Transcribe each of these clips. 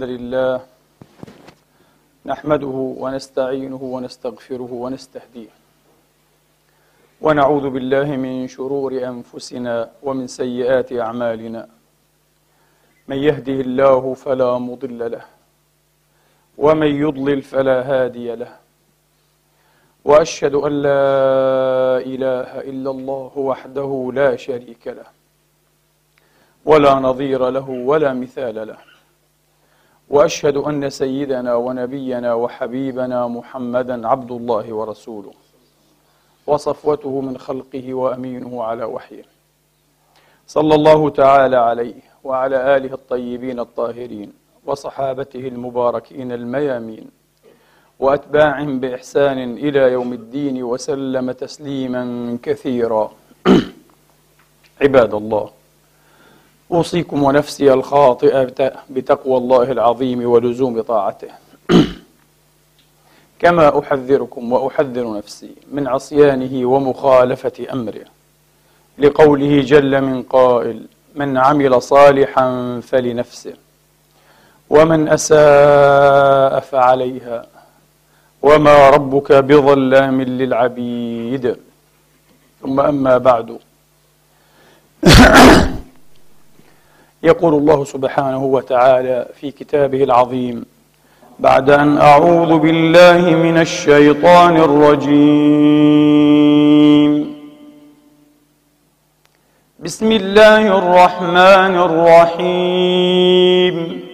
الحمد لله نحمده ونستعينه ونستغفره ونستهديه ونعوذ بالله من شرور أنفسنا ومن سيئات أعمالنا. من يهده الله فلا مضل له ومن يضلل فلا هادي له، وأشهد أن لا إله إلا الله وحده لا شريك له ولا نظير له ولا مثال له، وأشهد أن سيدنا ونبينا وحبيبنا محمدا عبد الله ورسوله وصفوته من خلقه وأمينه على وحيه، صلى الله تعالى عليه وعلى آله الطيبين الطاهرين وصحابته المباركين الميامين وأتباعهم بإحسان إلى يوم الدين وسلم تسليما كثيرا. عباد الله، أوصيكم ونفسي الخاطئة بتقوى الله العظيم ولزوم طاعته، كما أحذركم وأحذر نفسي من عصيانه ومخالفة أمره، لقوله جل من قائل: من عمل صالحا فلنفسه ومن أساء فعليها وما ربك بظلام للعبيد. ثم أما بعد، يقول الله سبحانه وتعالى في كتابه العظيم بعد أن أعوذ بالله من الشيطان الرجيم: بسم الله الرحمن الرحيم.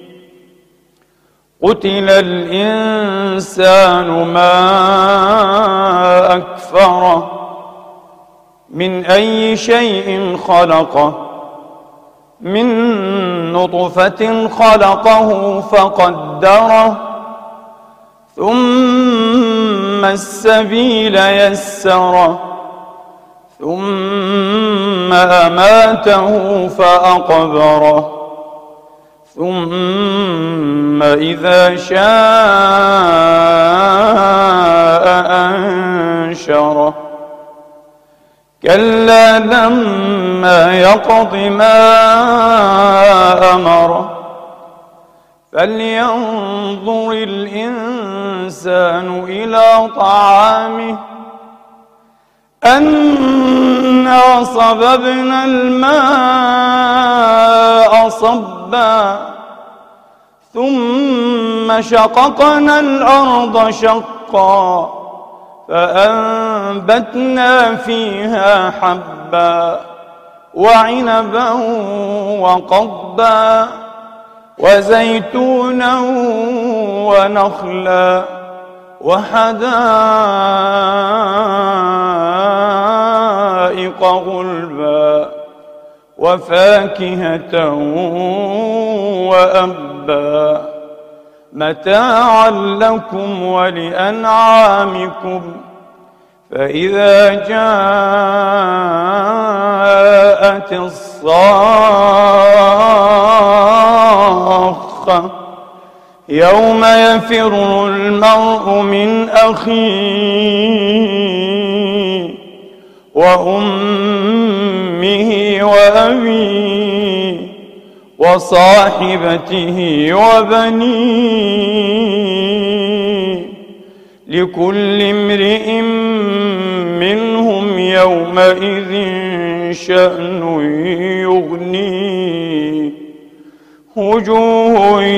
قتل الإنسان ما أكفره، من أي شيء خلقه، من نطفة خلقه فقدره، ثم السبيل يسره، ثم أماته فأقبره، ثم إذا شاء أنشره. كلا لما يقض ما أمره، فلينظر الإنسان إلى طعامه، أنا صببنا الماء صبا، ثم شققنا الأرض شقا، فأنبتنا فيها حبا وعنبا وقضبا وزيتونا ونخلا وحدائق غلبا وفاكهة وأبا، متاعا لكم ولأنعامكم. فإذا جاءت الصاخة يوم يفر المرء من أخيه وأمه وأبيه وصاحبته وبنيه، لكل امرئ منهم يومئذ شأن يغنيه، وجوه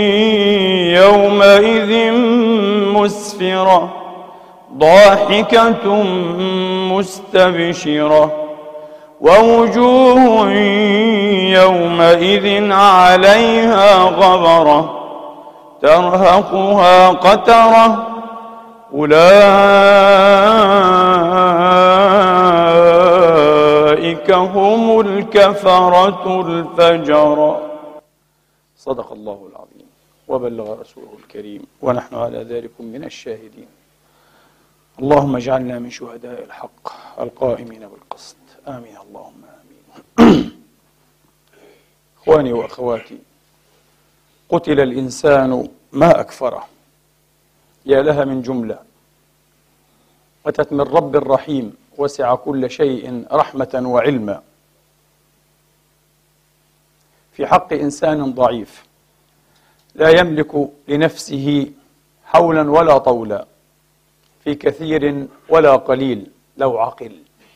يومئذ مسفرة ضاحكة مستبشرة، ووجوه يومئذ عليها غبرة ترهقها قترة، أولئك هم الكفرة الفجرة. صدق الله العظيم وبلغ رسوله الكريم، ونحن على ذلك من الشاهدين. اللهم اجعلنا من شهداء الحق القائمين بالقسط، آمين اللهم آمين. إخواني وأخواتي، قتل الإنسان ما أكفره. يا لها من جملة أتت من رب رحيم وسع كل شيء رحمة وعلما، في حق إنسان ضعيف لا يملك لنفسه حولا ولا طولا في كثير ولا قليل لو عقل.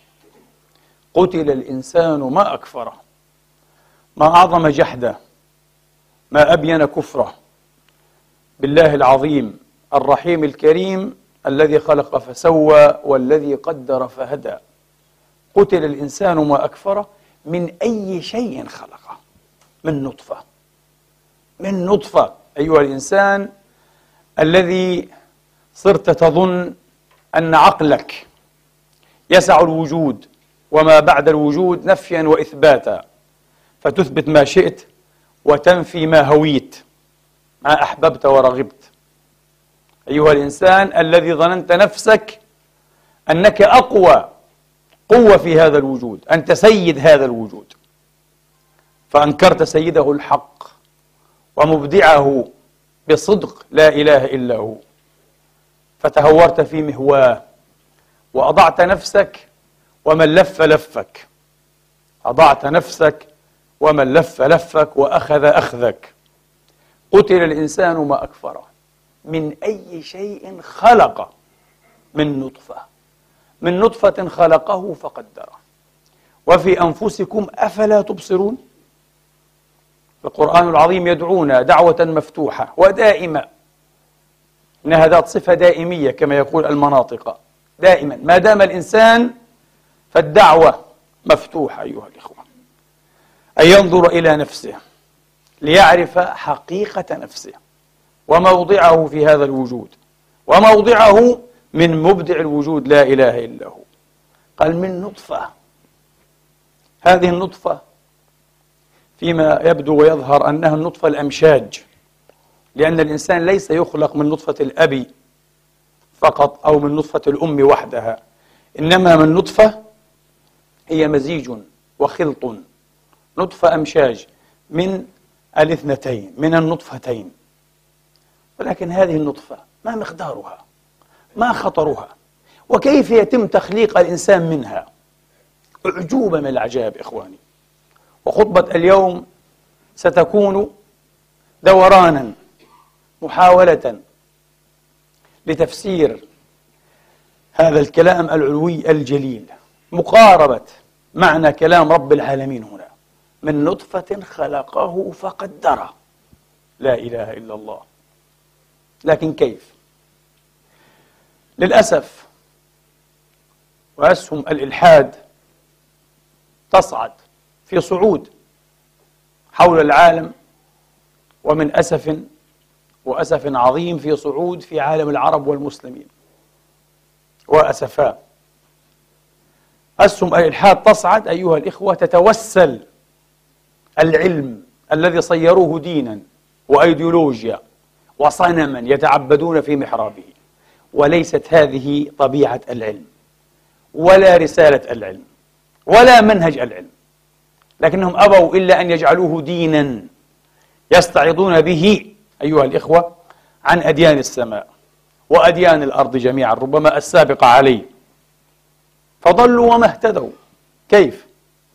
قتل الإنسان ما أكفره، ما أعظم جحده، ما أبين كفره بالله العظيم الرحيم الكريم الذي خلق فسوى والذي قدر فهدى. قتل الإنسان ما أكفره من أي شيء خلقه؟ من نطفة. من نطفة أيها الإنسان الذي صرت تظن أن عقلك يسع الوجود وما بعد الوجود نفيا وإثباتا، فتثبت ما شئت وتنفي ما هويت، ما أحببت ورغبت. أيها الإنسان الذي ظننت نفسك أنك أقوى قوة في هذا الوجود، أنت سيد هذا الوجود، فأنكرت سيده الحق ومبدعه بصدق لا إله إلا هو، فتهورت في مهواه وأضعت نفسك ومن لف لفك. أضعت نفسك ومن لف لفك وأخذ أخذك. قتل الإنسان ما أكفره من أي شيء خلق؟ من نطفة. من نطفة خلقه فقدره. وفي أنفسكم أفلا تبصرون؟ القرآن العظيم يدعونا دعوة مفتوحة ودائمة، إنها ذات صفة دائمية كما يقول المناطق، دائما ما دام الإنسان فالدعوة مفتوحة أيها الإخوة، أن ينظر إلى نفسه ليعرف حقيقة نفسه وموضعه في هذا الوجود، وموضعه من مبدع الوجود لا إله إلا هو. قال من نطفة. هذه النطفة فيما يبدو ويظهر أنها النطفة الأمشاج، لأن الإنسان ليس يخلق من نطفة الأب فقط أو من نطفة الأم وحدها، إنما من نطفة هي مزيج وخلط، نطفة أمشاج من الاثنتين، من النطفتين. ولكن هذه النطفة ما مقدارها؟ ما خطرها؟ وكيف يتم تخليق الإنسان منها؟ أعجوبة من العجائب إخواني. وخطبة اليوم ستكون دورانا، محاولة لتفسير هذا الكلام العلوي الجليل، مقاربة معنى كلام رب العالمين هنا، من نطفة خلقه فقدره. لا إله إلا الله. لكن كيف؟ للأسف وأسهم الإلحاد تصعد في صعود حول العالم، ومن أسف وأسف عظيم في صعود في عالم العرب والمسلمين، وأسفا. أسهم الإلحاد تصعد أيها الإخوة، تتوسل العلم الذي صيروه دينا وأيديولوجيا وصنما يتعبدون في محرابه، وليست هذه طبيعة العلم ولا رسالة العلم ولا منهج العلم، لكنهم أبوا إلا أن يجعلوه دينا يستعيضون به أيها الإخوة عن أديان السماء وأديان الأرض جميعا ربما السابقة عليه، فضلوا وما اهتدوا. كيف؟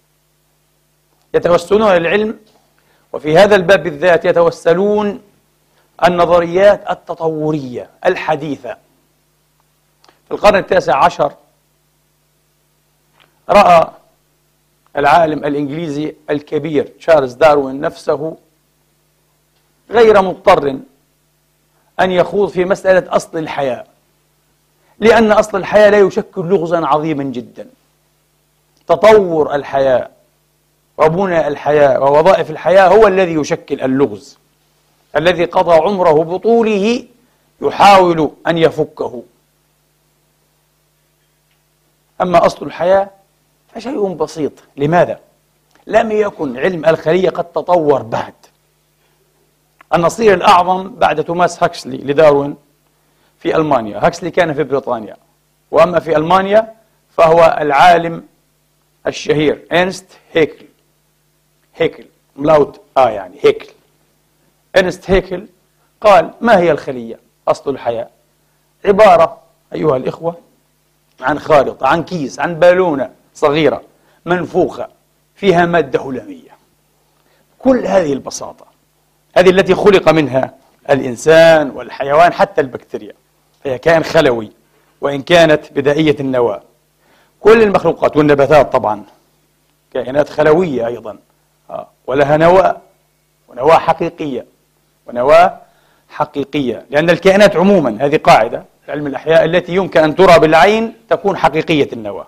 يتوسلون للعلم، وفي هذا الباب بالذات يتوسلون النظريات التطورية الحديثة. في القرن التاسع عشر رأى العالم الإنجليزي الكبير تشارلز داروين نفسه غير مضطر أن يخوض في مسألة أصل الحياة، لأن أصل الحياة لا يشكل لغزا عظيما جدا. تطور الحياة وبنى الحياة ووظائف الحياة هو الذي يشكل اللغز الذي قضى عمره بطوله يحاول أن يفكه. أما أصل الحياة فشيء بسيط. لماذا؟ لم يكن علم الخلية قد تطور بعد. النصير الأعظم بعد توماس هاكسلي لداروين في ألمانيا، هاكسلي كان في بريطانيا، وأما في ألمانيا فهو العالم الشهير إرنست هيكل. هيكل ملاوت يعني هيكل. إرنست هيكل قال: ما هي الخلية؟ أصل الحياة عبارة أيها الإخوة عن خارطة، عن كيس، عن بالونة صغيرة منفوخة فيها مادة هلامية. كل هذه البساطة، هذه التي خلق منها الإنسان والحيوان حتى البكتيريا، هي كائن خلوي وإن كانت بدائية النواة. كل المخلوقات والنباتات طبعا كائنات خلوية أيضا، ولها نواة، ونواة حقيقية، ونواة حقيقية، لأن الكائنات عموما، هذه قاعدة في علم الأحياء، التي يمكن أن ترى بالعين تكون حقيقية النواة.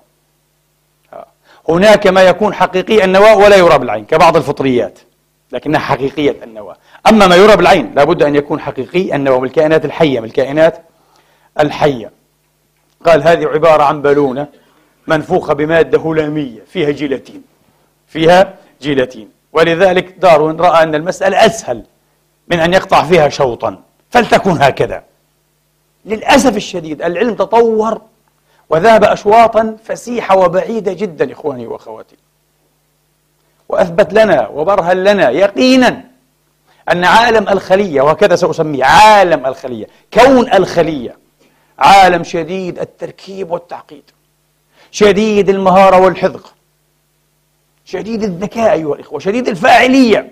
هناك ما يكون حقيقي النواة ولا يرى بالعين كبعض الفطريات، لكنها حقيقية النواة. أما ما يرى بالعين لابد أن يكون حقيقي النواة، من الكائنات الحية، من الكائنات الحية. قال هذه عبارة عن بالونة منفوخة بمادة هلامية فيها جيلاتين، فيها جيلاتين، ولذلك داروين رأى أن المسألة أسهل من أن يقطع فيها شوطا، فلتكن هكذا. للأسف الشديد العلم تطور وذهب أشواطا فسيحة وبعيدة جدا إخواني وأخواتي، وأثبت لنا وبرهن لنا يقينا أن عالم الخلية، وهكذا سأسميه عالم الخلية، كون الخلية، عالم شديد التركيب والتعقيد، شديد المهارة والحذق، شديد الذكاء أيها الإخوة، شديد الفاعلية،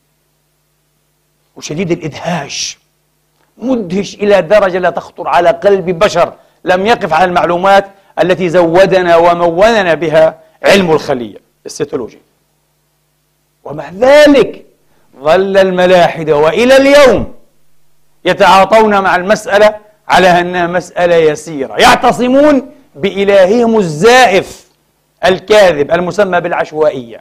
وشديد الإدهاش، مدهش إلى درجة لا تخطر على قلب بشر لم يقف على المعلومات التي زودنا وموننا بها علم الخلية السيتولوجي. ومع ذلك ظل الملاحدة وإلى اليوم يتعاطون مع المسألة على أنها مسألة يسيرة، يعتصمون بإلههم الزائف الكاذب المسمى بالعشوائية،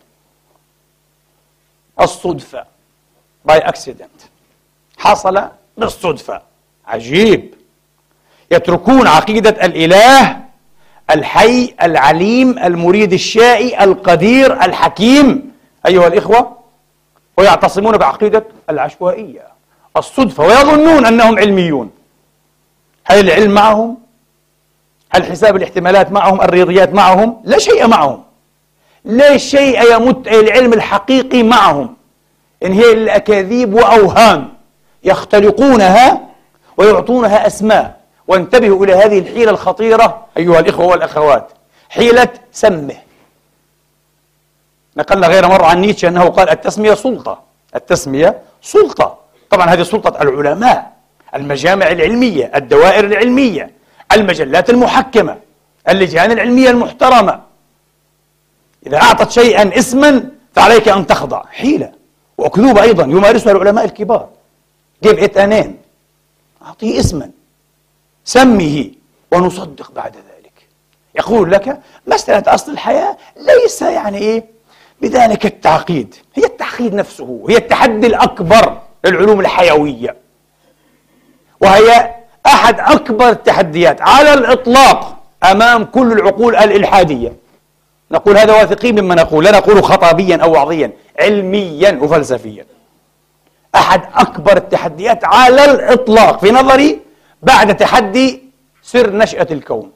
الصدفة، باي أكسيدنت، حصل بالصدفة. عجيب، يتركون عقيدة الإله الحي العليم المريد الشائي القدير الحكيم أيها الإخوة، ويعتصمون بعقيدة العشوائية، الصدفة، ويظنون أنهم علميون. هل العلم معهم؟ هل حساب الاحتمالات معهم؟ الرياضيات معهم؟ لا شيء معهم، لا شيء يمت العلم الحقيقي معهم، إن هي الأكاذيب وأوهام يختلقونها ويعطونها أسماء. وانتبهوا إلى هذه الحيلة الخطيرة أيها الإخوة والأخوات، حيلة سمه. نقلنا غير مرة عن نيتشه أنه قال التسمية سلطة، التسمية سلطة. طبعا هذه سلطة العلماء، المجامع العلمية، الدوائر العلمية، المجلات المحكمة، اللجان العلمية المحترمة. إذا أعطت شيئا اسما فعليك أن تخضع. حيلة وأكذوبة أيضا يمارسها العلماء الكبار. give it a name، أعطيه اسما، سمه، ونصدق بعد ذلك. يقول لك مسألة أصل الحياة ليس بذلك التعقيد، هي التعقيد نفسه، هي التحدي الأكبر للعلوم الحيوية، وهي أحد أكبر التحديات على الإطلاق أمام كل العقول الإلحادية. نقول هذا واثقين مما نقول، لا نقول خطابيا أو وعظيا، علميا وفلسفيا. أحد أكبر التحديات على الإطلاق في نظري بعد تحدي سر نشأة الكون.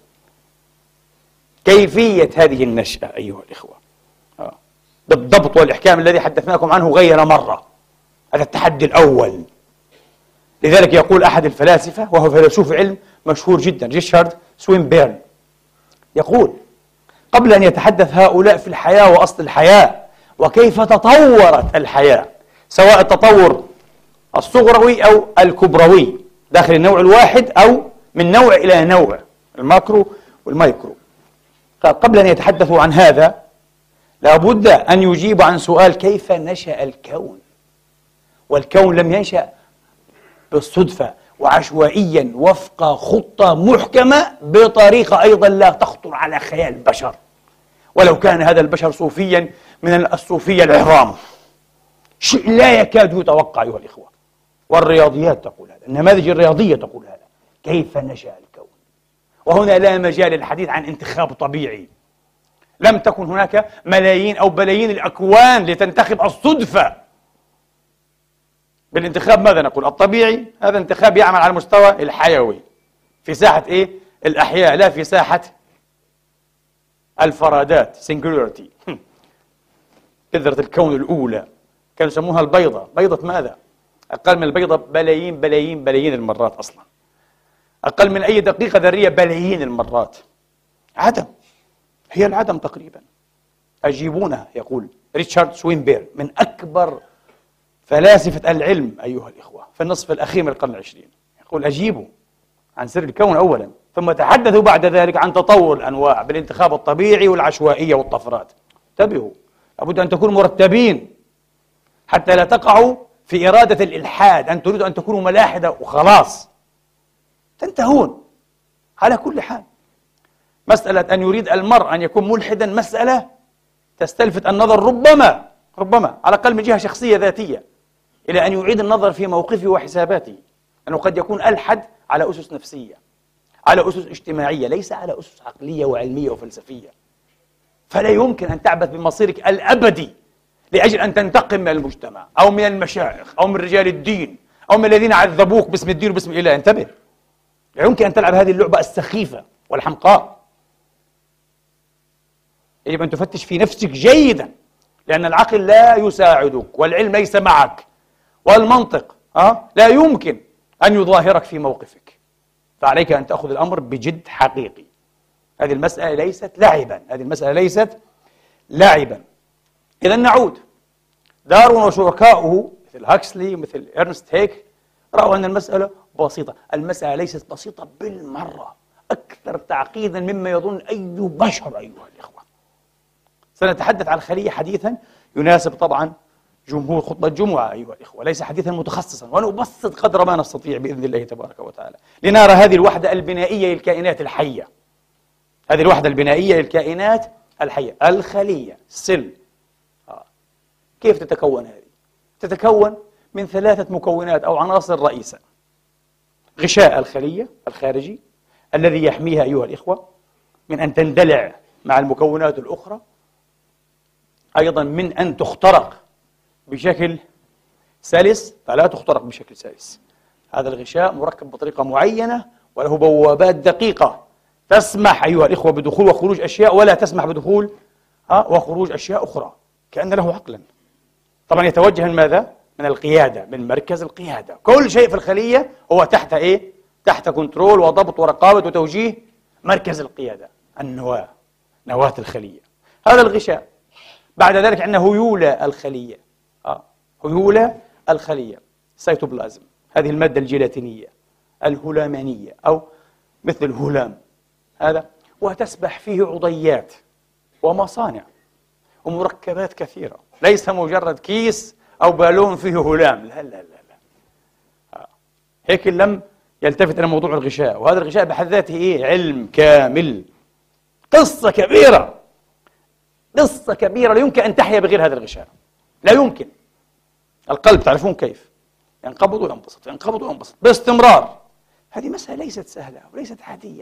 كيفية هذه النشأة أيها الإخوة بالضبط والإحكام الذي حدثناكم عنه غير مرة، هذا التحدي الأول. لذلك يقول أحد الفلاسفة وهو فيلسوف علم مشهور جدا، ريتشارد سوينبيرن، يقول قبل أن يتحدث هؤلاء في الحياة وأصل الحياة وكيف تطورت الحياة، سواء التطور الصغروي أو الكبروي داخل النوع الواحد أو من نوع إلى نوع، الماكرو والمايكرو، قبل أن يتحدثوا عن هذا لابد أن يجيبوا عن سؤال كيف نشأ الكون. والكون لم ينشأ بالصدفة وعشوائيا وفق خطة محكمة بطريقة أيضا لا تخطر على خيال البشر، ولو كان هذا البشر صوفيا من الصوفية العظام، شيء لا يكاد يتوقع أيها الإخوة. والرياضيات تقول هذا، النماذج الرياضية تقول هذا، كيف نشأ الكون. وهنا لا مجال للحديث عن انتخاب طبيعي، لم تكن هناك ملايين أو بلايين الأكوان لتنتخب الصدفة. بالانتخاب ماذا نقول؟ الطبيعي، هذا انتخاب يعمل على المستوى الحيوي في ساحة الأحياء، لا في ساحة الفرادات singularity. كثرة الكون الأولى كانوا يسموها البيضة. بيضة ماذا؟ أقل من البيضة بلايين بلايين بلايين المرات، أصلا أقل من أي دقيقة ذرية بلايين المرات. عدم، هي العدم تقريبا. أجيبونها، يقول ريتشارد سوينبيرن، من أكبر فلاسفة العلم أيها الإخوة في النصف الأخير من القرن العشرين يقول أجيبوا عن سر الكون أولا، ثم تحدثوا بعد ذلك عن تطور الأنواع بالانتخاب الطبيعي والعشوائية والطفرات. انتبهوا، لابد أن تكونوا مرتبين حتى لا تقعوا في إرادة الإلحاد، أن تريدوا أن تكونوا ملاحدة وخلاص تنتهون. على كل حال، مسألة أن يريد المرء أن يكون ملحدا مسألة تستلفت النظر ربما على الأقل من جهة شخصية ذاتية، إلى أن يعيد النظر في موقفه وحساباته، أنه قد يكون ألحد على أسس نفسية، على أسس اجتماعية، ليس على أسس عقلية وعلمية وفلسفية. فلا يمكن أن تعبث بمصيرك الأبدي لأجل أن تنتقم من المجتمع أو من المشايخ أو من رجال الدين أو من الذين عذبوك باسم الدين وباسم الإله. انتبه، لا يمكن أن تلعب هذه اللعبة السخيفة والحمقاء. يجب أن تفتش في نفسك جيدا، لأن العقل لا يساعدك والعلم ليس معك والمنطق لا يمكن أن يظاهرك في موقفك. فعليك أن تأخذ الأمر بجد حقيقي. هذه المسألة ليست لعبا. إذا نعود، داروين وشركاؤه مثل هاكسلي ومثل إرنست هيك رأوا أن المسألة بسيطة. المسألة ليست بسيطة بالمرة، أكثر تعقيدا مما يظن أي بشر أيها الإخوة. سنتحدث عن الخلية حديثا يناسب طبعا جمهور خطبة الجمعة أيها الإخوة، ليس حديثا متخصصا، ونبسط قدر ما نستطيع بإذن الله تبارك وتعالى لنرى هذه الوحدة البنائية للكائنات الحية. هذه الوحدة البنائية للكائنات الحية، الخلية، السل. كيف تتكون هذه؟ تتكون من 3 مكونات أو عناصر رئيسة: غشاء الخلية الخارجي الذي يحميها أيها الإخوة من أن تندلع مع المكونات الأخرى، أيضا من أن تخترق بشكل سلس فلا تخترق بشكل سلس. هذا الغشاء مركب بطريقة معينة وله بوابات دقيقة تسمح أيها الإخوة بدخول وخروج أشياء، ولا تسمح بدخول وخروج أشياء أخرى، كأن له عقلا. طبعا يتوجه من ماذا؟ من القيادة، من مركز القيادة. كل شيء في الخلية هو تحت إيه؟ تحت كنترول وضبط ورقابة وتوجيه مركز القيادة، النواة، نواة الخلية. هذا الغشاء. بعد ذلك عندنا هيولى الخلية. هيولى الخلية، سيتوبلازم، هذه المادة الجيلاتينية الهلامانية أو مثل الهلام هذا، وتسبح فيه عضيات ومصانع ومركبات كثيرة، ليس مجرد كيس أو بالون فيه هلام، لا لا لا لا. هيك لم يلتفت إلى موضوع الغشاء، وهذا الغشاء بحد ذاته إيه؟ علم كامل، قصة كبيرة، قصة كبيرة لا يمكن أن تحيا بغير هذا الغشاء، لا يمكن. القلب تعرفون كيف ينقبض وينبسط، ينقبض وينبسط باستمرار. هذه مسألة ليست سهلة وليست عادية،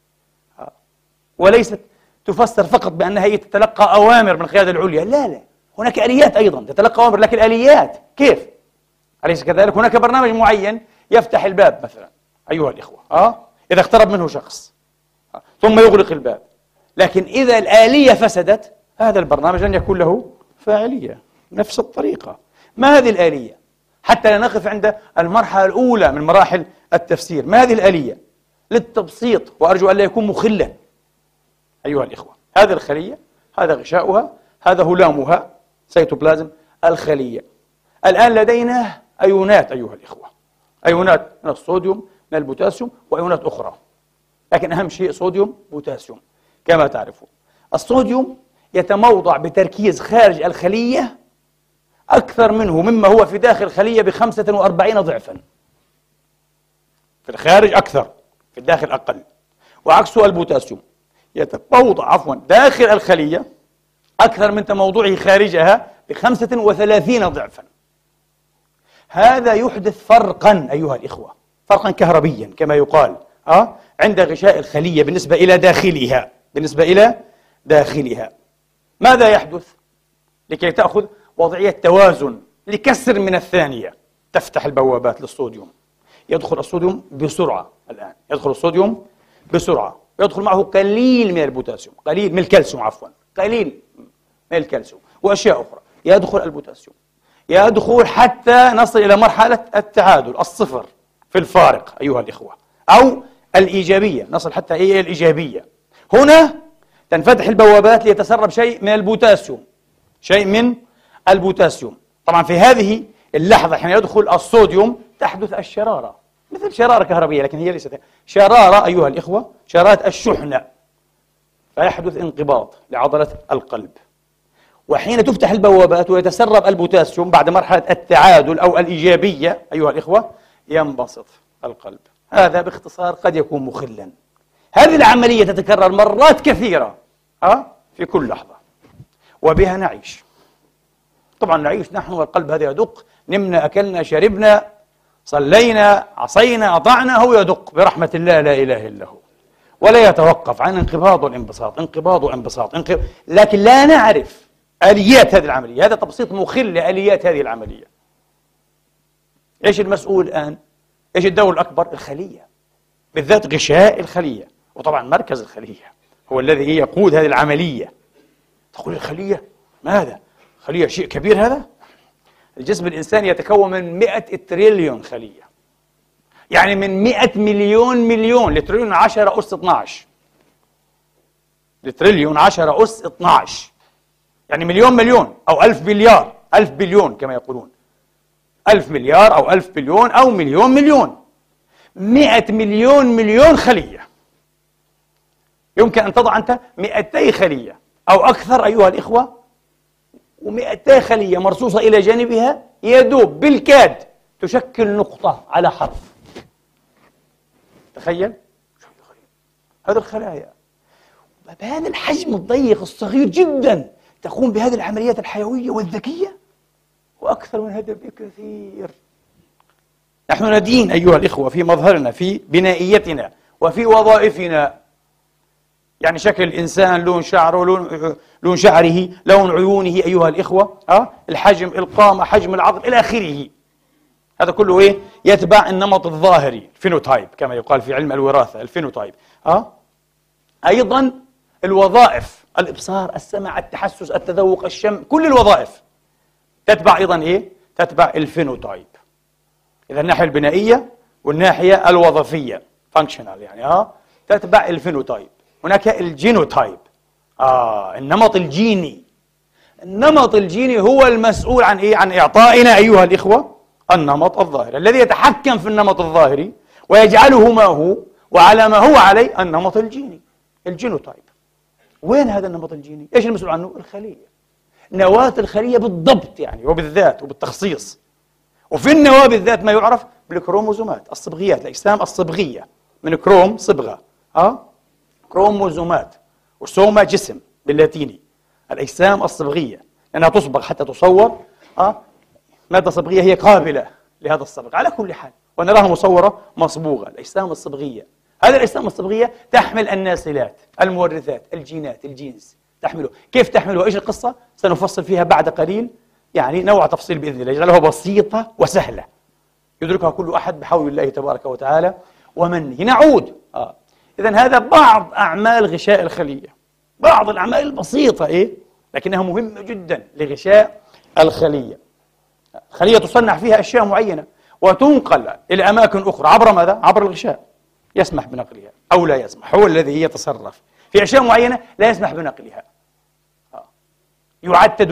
وليست تفسر فقط بأنها هي تتلقى أوامر من القيادة العليا، لا لا، هناك آليات أيضا تتلقى أوامر، لكن آليات كيف؟ أليس كذلك؟ هناك برنامج معين يفتح الباب مثلا أيها الإخوة إذا اقترب منه شخص ثم يغلق الباب، لكن إذا الآلية فسدت هذا البرنامج لن يكون له فاعلية. نفس الطريقة، ما هذه الآلية؟ حتى لا نقف عند المرحلة الأولى من مراحل التفسير، ما هذه الآلية؟ للتبسيط، وأرجو أن لا يكون مخلا أيها الإخوة. هذه الخلية، هذا غشاؤها، هذا هلامها، سيتوبلازم الخلية. الآن لدينا أيونات أيها الإخوة، أيونات من الصوديوم، من البوتاسيوم، وأيونات أخرى، لكن أهم شيء صوديوم بوتاسيوم. كما تعرفون الصوديوم يتموضع بتركيز خارج الخلية أكثر منه مما هو في داخل الخلية ب45 ضعفا. في الخارج أكثر، في الداخل أقل. وعكسه البوتاسيوم يتموضع داخل الخلية أكثر من تموضعه خارجها ب35 ضعفا. هذا يحدث فرقا أيها الإخوة، فرقا كهربيا كما يقال عند غشاء الخلية بالنسبة إلى داخلها. ماذا يحدث؟ لكي تأخذ وضعية توازن لكسر من الثانية تفتح البوابات للصوديوم. يدخل الصوديوم بسرعة، الآن يدخل الصوديوم بسرعة، يدخل معه قليل من البوتاسيوم، قليل من الكالسيوم، قليل من الكالسيوم وأشياء أخرى. يدخل البوتاسيوم، يدخل حتى نصل إلى مرحلة التعادل، الصفر في الفارق أيها الإخوة، أو الإيجابية، نصل حتى إلى الإيجابية. هنا تنفتح البوابات ليتسرب شيء من البوتاسيوم، طبعا في هذه اللحظة حين يدخل الصوديوم تحدث الشرارة، مثل شرارة كهربية، لكن هي ليست شرارة أيها الإخوة، شرارة الشحنة، فيحدث انقباض لعضلة القلب. وحين تفتح البوابات ويتسرب البوتاسيوم بعد مرحلة التعادل أو الإيجابية أيها الإخوة، ينبسط القلب. هذا باختصار قد يكون مخلا. هذه العملية تتكرر مرات كثيرة في كل لحظة، وبها نعيش. طبعا نعيش نحن والقلب هذا يدق، نمنا أكلنا شربنا صلينا عصينا أطعنا، هو يدق برحمة الله لا إله إلا هو، ولا يتوقف عن انقباض وانبساط، انقباض وانبساط، لكن لا نعرف آليات هذه العملية. هذا تبسيط مخل لآليات هذه العملية. إيش المسؤول الآن؟ إيش الدور الأكبر؟ الخلية، بالذات غشاء الخلية، وطبعا مركز الخلية هو الذي يقود هذه العملية. تقول الخلية ماذا؟ خلية شيء كبير هذا؟ الجسم الإنساني يتكون من 100 تريليون خلية، يعني من 100 مليون لتريليون 10 أس 12، لتريليون 10 أس 12، يعني مليون أو 1000 بليار، 1000 بليون كما يقولون، 1000 مليار أو 1000 بليون أو مليون 100 مليون خلية. يمكن أن تضع أنت 200 خلية أو أكثر أيها الإخوة، و200 خلية مرصوصة إلى جانبها يدوب بالكاد تشكل نقطة على حرف. تخيل هذه الخلايا بهذا الحجم الضيق الصغير جدا تقوم بهذه العمليات الحيوية والذكية، وأكثر من هذا بكثير. نحن ندين أيها الإخوة في مظهرنا، في بنائيتنا، وفي وظائفنا. يعني شكل الإنسان، لون شعره، لون شعره، لون عيونه أيها الإخوة، الحجم، القامة، حجم العظم إلى آخره. هذا كله إيه؟ يتبع النمط الظاهري، الفينوتايب كما يقال في علم الوراثة، الفينوتايب. أيضا الوظائف، الإبصار، السمع، التحسس، التذوق، الشم، كل الوظائف تتبع أيضا إيه؟ تتبع الفينوتايب. إذا الناحية البنائية والناحية الوظيفية فانكشنال يعني تتبع الفينوتايب. هناك الجينوتايب، النمط الجيني. النمط الجيني هو المسؤول عن إيه؟ عن إعطائنا أيها الإخوة النمط الظاهري، الذي يتحكم في النمط الظاهري ويجعله ما هو وعلى ما هو عليه النمط الجيني، الجينوتايب. وين هذا النمط الجيني؟ إيش المسؤول عنه؟ الخلية، نواة الخلية بالضبط يعني، وبالذات وبالتخصيص. وفي النواة بالذات ما يعرف بالكروموزومات، الصبغيات، الأجسام الصبغية، من كروم صبغة، كروموزومات، وسوما جسم باللاتيني، الأجسام الصبغية، لأنها تصبغ حتى تصور مادة صبغية هي قابلة لهذا الصبغ. على كل حال ونراها مصورة مصبوغة، الأجسام الصبغية. هذه الأجسام الصبغية تحمل الناسلات، المورثات، الجينات، الجينز تحمله. كيف تحمله؟ إيش القصة؟ سنفصل فيها بعد قليل، يعني نوع تفصيل بإذن الله يجعلها بسيطة وسهلة يدركها كل أحد بحول الله تبارك وتعالى ومنه. نعود إذن هذا بعض أعمال غشاء الخلية، بعض الأعمال البسيطة لكنها مهمة جدا لغشاء الخلية. الخلية تصنع فيها أشياء معينة وتنقل إلى أماكن أخرى عبر ماذا؟ عبر الغشاء. يسمح بنقلها أو لا يسمح، هو الذي يتصرف في أشياء معينة لا يسمح بنقلها. يعاد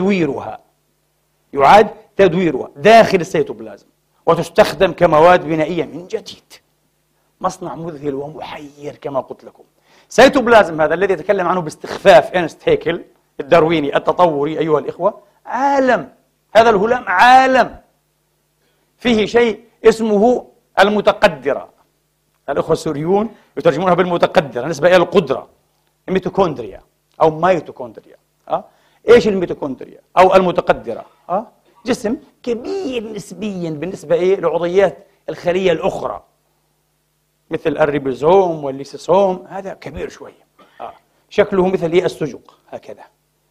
تدويرها داخل السيتوبلازم وتستخدم كمواد بنائية من جديد. مصنع مذهل ومحير كما قلت لكم. سيتوبلازم هذا الذي يتكلم عنه باستخفاف إرنست هيكل الدارويني التطوري أيها الإخوة، عالم. هذا الهلام عالم فيه شيء اسمه المتقدرة. الأخوة السوريون يترجمونها بالمتقدرة نسبة إلى القدرة، الميتوكوندريا أو ميتوكوندريا. إيش الميتوكوندريا أو المتقدرة؟ جسم كبير نسبيا بالنسبة لعضيات الخلية الأخرى، مثل الريبوزوم والليسوسوم. هذا كبير شوية، شكله مثل السجق هكذا،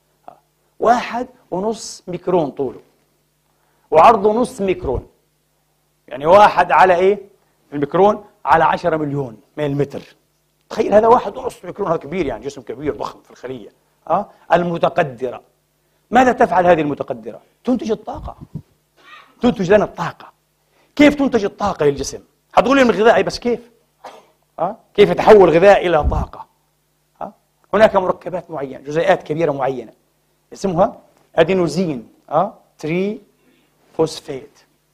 1.5 ميكرون طوله وعرضه نص ميكرون، يعني 1 على الميكرون على 10 مليون مليمتر. تخيل هذا 1.5 ميكرون، هذا كبير يعني، جسم كبير ضخم في الخلية. المتقدرة ماذا تفعل هذه المتقدرة؟ تنتج الطاقة، تنتج لنا الطاقة. كيف تنتج الطاقة للجسم؟ هتقول لي من الغذاء، بس كيف؟ كيف يتحول الغذاء إلى طاقة؟ هناك مركبات معينة، جزيئات كبيرة معينة اسمها أدينوزين 3 فوسفات.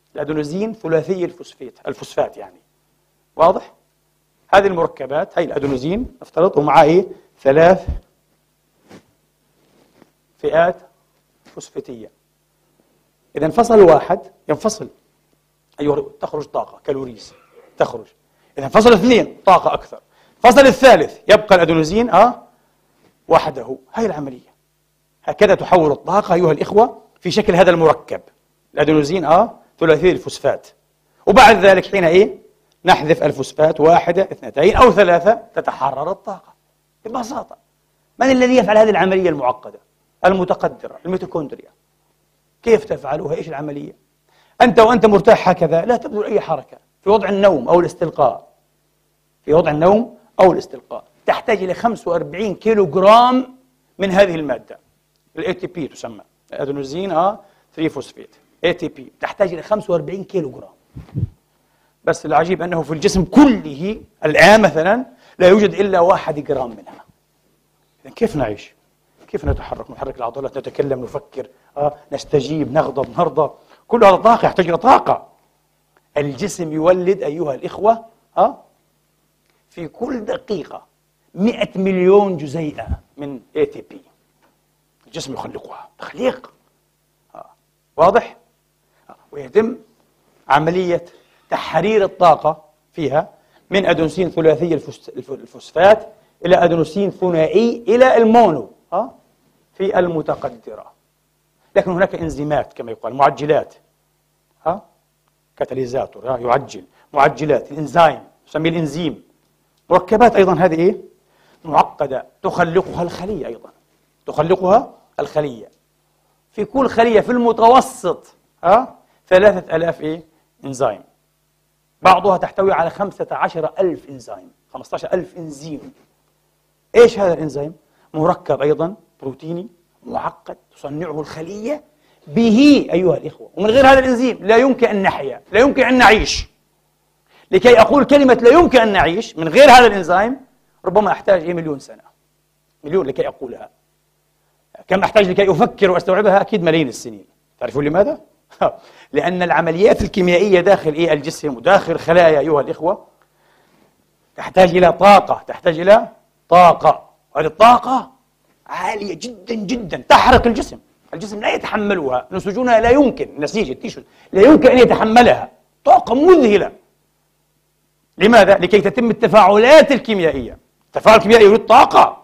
الأدينوزين ثلاثي الفوسفات يعني. واضح؟ هذه المركبات، هي الأدينوزين نفترض ومعاه إيه؟ 3 فئات فوسفاتية. إذا انفصل واحد ينفصل، أيوة، تخرج طاقة كالوريز تخرج. إذا انفصل 2 طاقة أكثر. فصل الثالث يبقى الأدينوزين وحده. هاي العملية. هكذا تحول الطاقة أيها الإخوة في شكل هذا المركب الأدينوزين ثلاثي الفوسفات. وبعد ذلك حين إيه؟ نحذف الفوسفات 1 2 أو 3 تتحرر الطاقة ببساطة. من الذي يفعل هذه العملية المعقدة المتقدرة؟ الميتوكوندريا. كيف تفعلها؟ إيش العملية؟ أنت وأنت مرتاح هكذا لا تبذل أي حركة في وضع النوم أو الاستلقاء. في وضع النوم أو الاستلقاء تحتاج إلى 45 كيلو جرام من هذه المادة ATP تسمى أدينوزين 3 فوسفات ATP. تحتاج إلى 45 كيلو جرام. بس العجيب أنه في الجسم كله الآن مثلا لا يوجد إلا 1 جرام منها. إذن كيف نعيش؟ كيف نتحرك؟ نحرك العضلات، نتكلم، نفكر، نستجيب، نغضب، نرضى. كل هذا طاقة، يحتاج إلى طاقة. الجسم يولد أيها الإخوة في كل دقيقة 100 مليون جزيئة من ATP. الجسم يخلقها تخليق. واضح؟ ويتم عملية تحرير الطاقة فيها من أدينوسين ثلاثي الفوسفات إلى أدينوسين ثنائي إلى المونو في المتقدرة. لكن هناك إنزيمات كما يقال، معجلات، كاتاليزاتور يعجل، معجلات، الإنزيم نسميه الإنزيم. مركبات أيضا هذه إيه؟ معقدة تخلقها الخلية أيضا، تخلقها الخلية. في كل خلية في المتوسط 3000 إيه؟ إنزيم. بعضها تحتوي على 15,000 إنزيم، 15,000 إنزيم. إيش هذا الإنزيم؟ مركب أيضا بروتيني معقد تصنعه الخلية به أيها الإخوة. ومن غير هذا الإنزيم لا يمكن أن نحيا، لا يمكن أن نعيش. لكي أقول كلمة لا يمكن أن نعيش من غير هذا الإنزيم ربما أحتاج 1,000,000 سنة، مليون لكي أقولها. كم أحتاج لكي أفكر وأستوعبها؟ أكيد ملايين السنين. تعرفون لماذا؟ لأن العمليات الكيميائية داخل الجسم وداخل الخلايا أيها الإخوة تحتاج إلى طاقة، تحتاج إلى طاقة. وهذه الطاقة عالية جدا جدا تحرق الجسم. الجسم لا يتحملها، نسوجونها لا يمكن، نسيج التيشوت لا يمكن أن يتحملها. طاقة مذهلة. لماذا؟ لكي تتم التفاعلات الكيميائية. التفاعل الكيميائي يريد طاقة.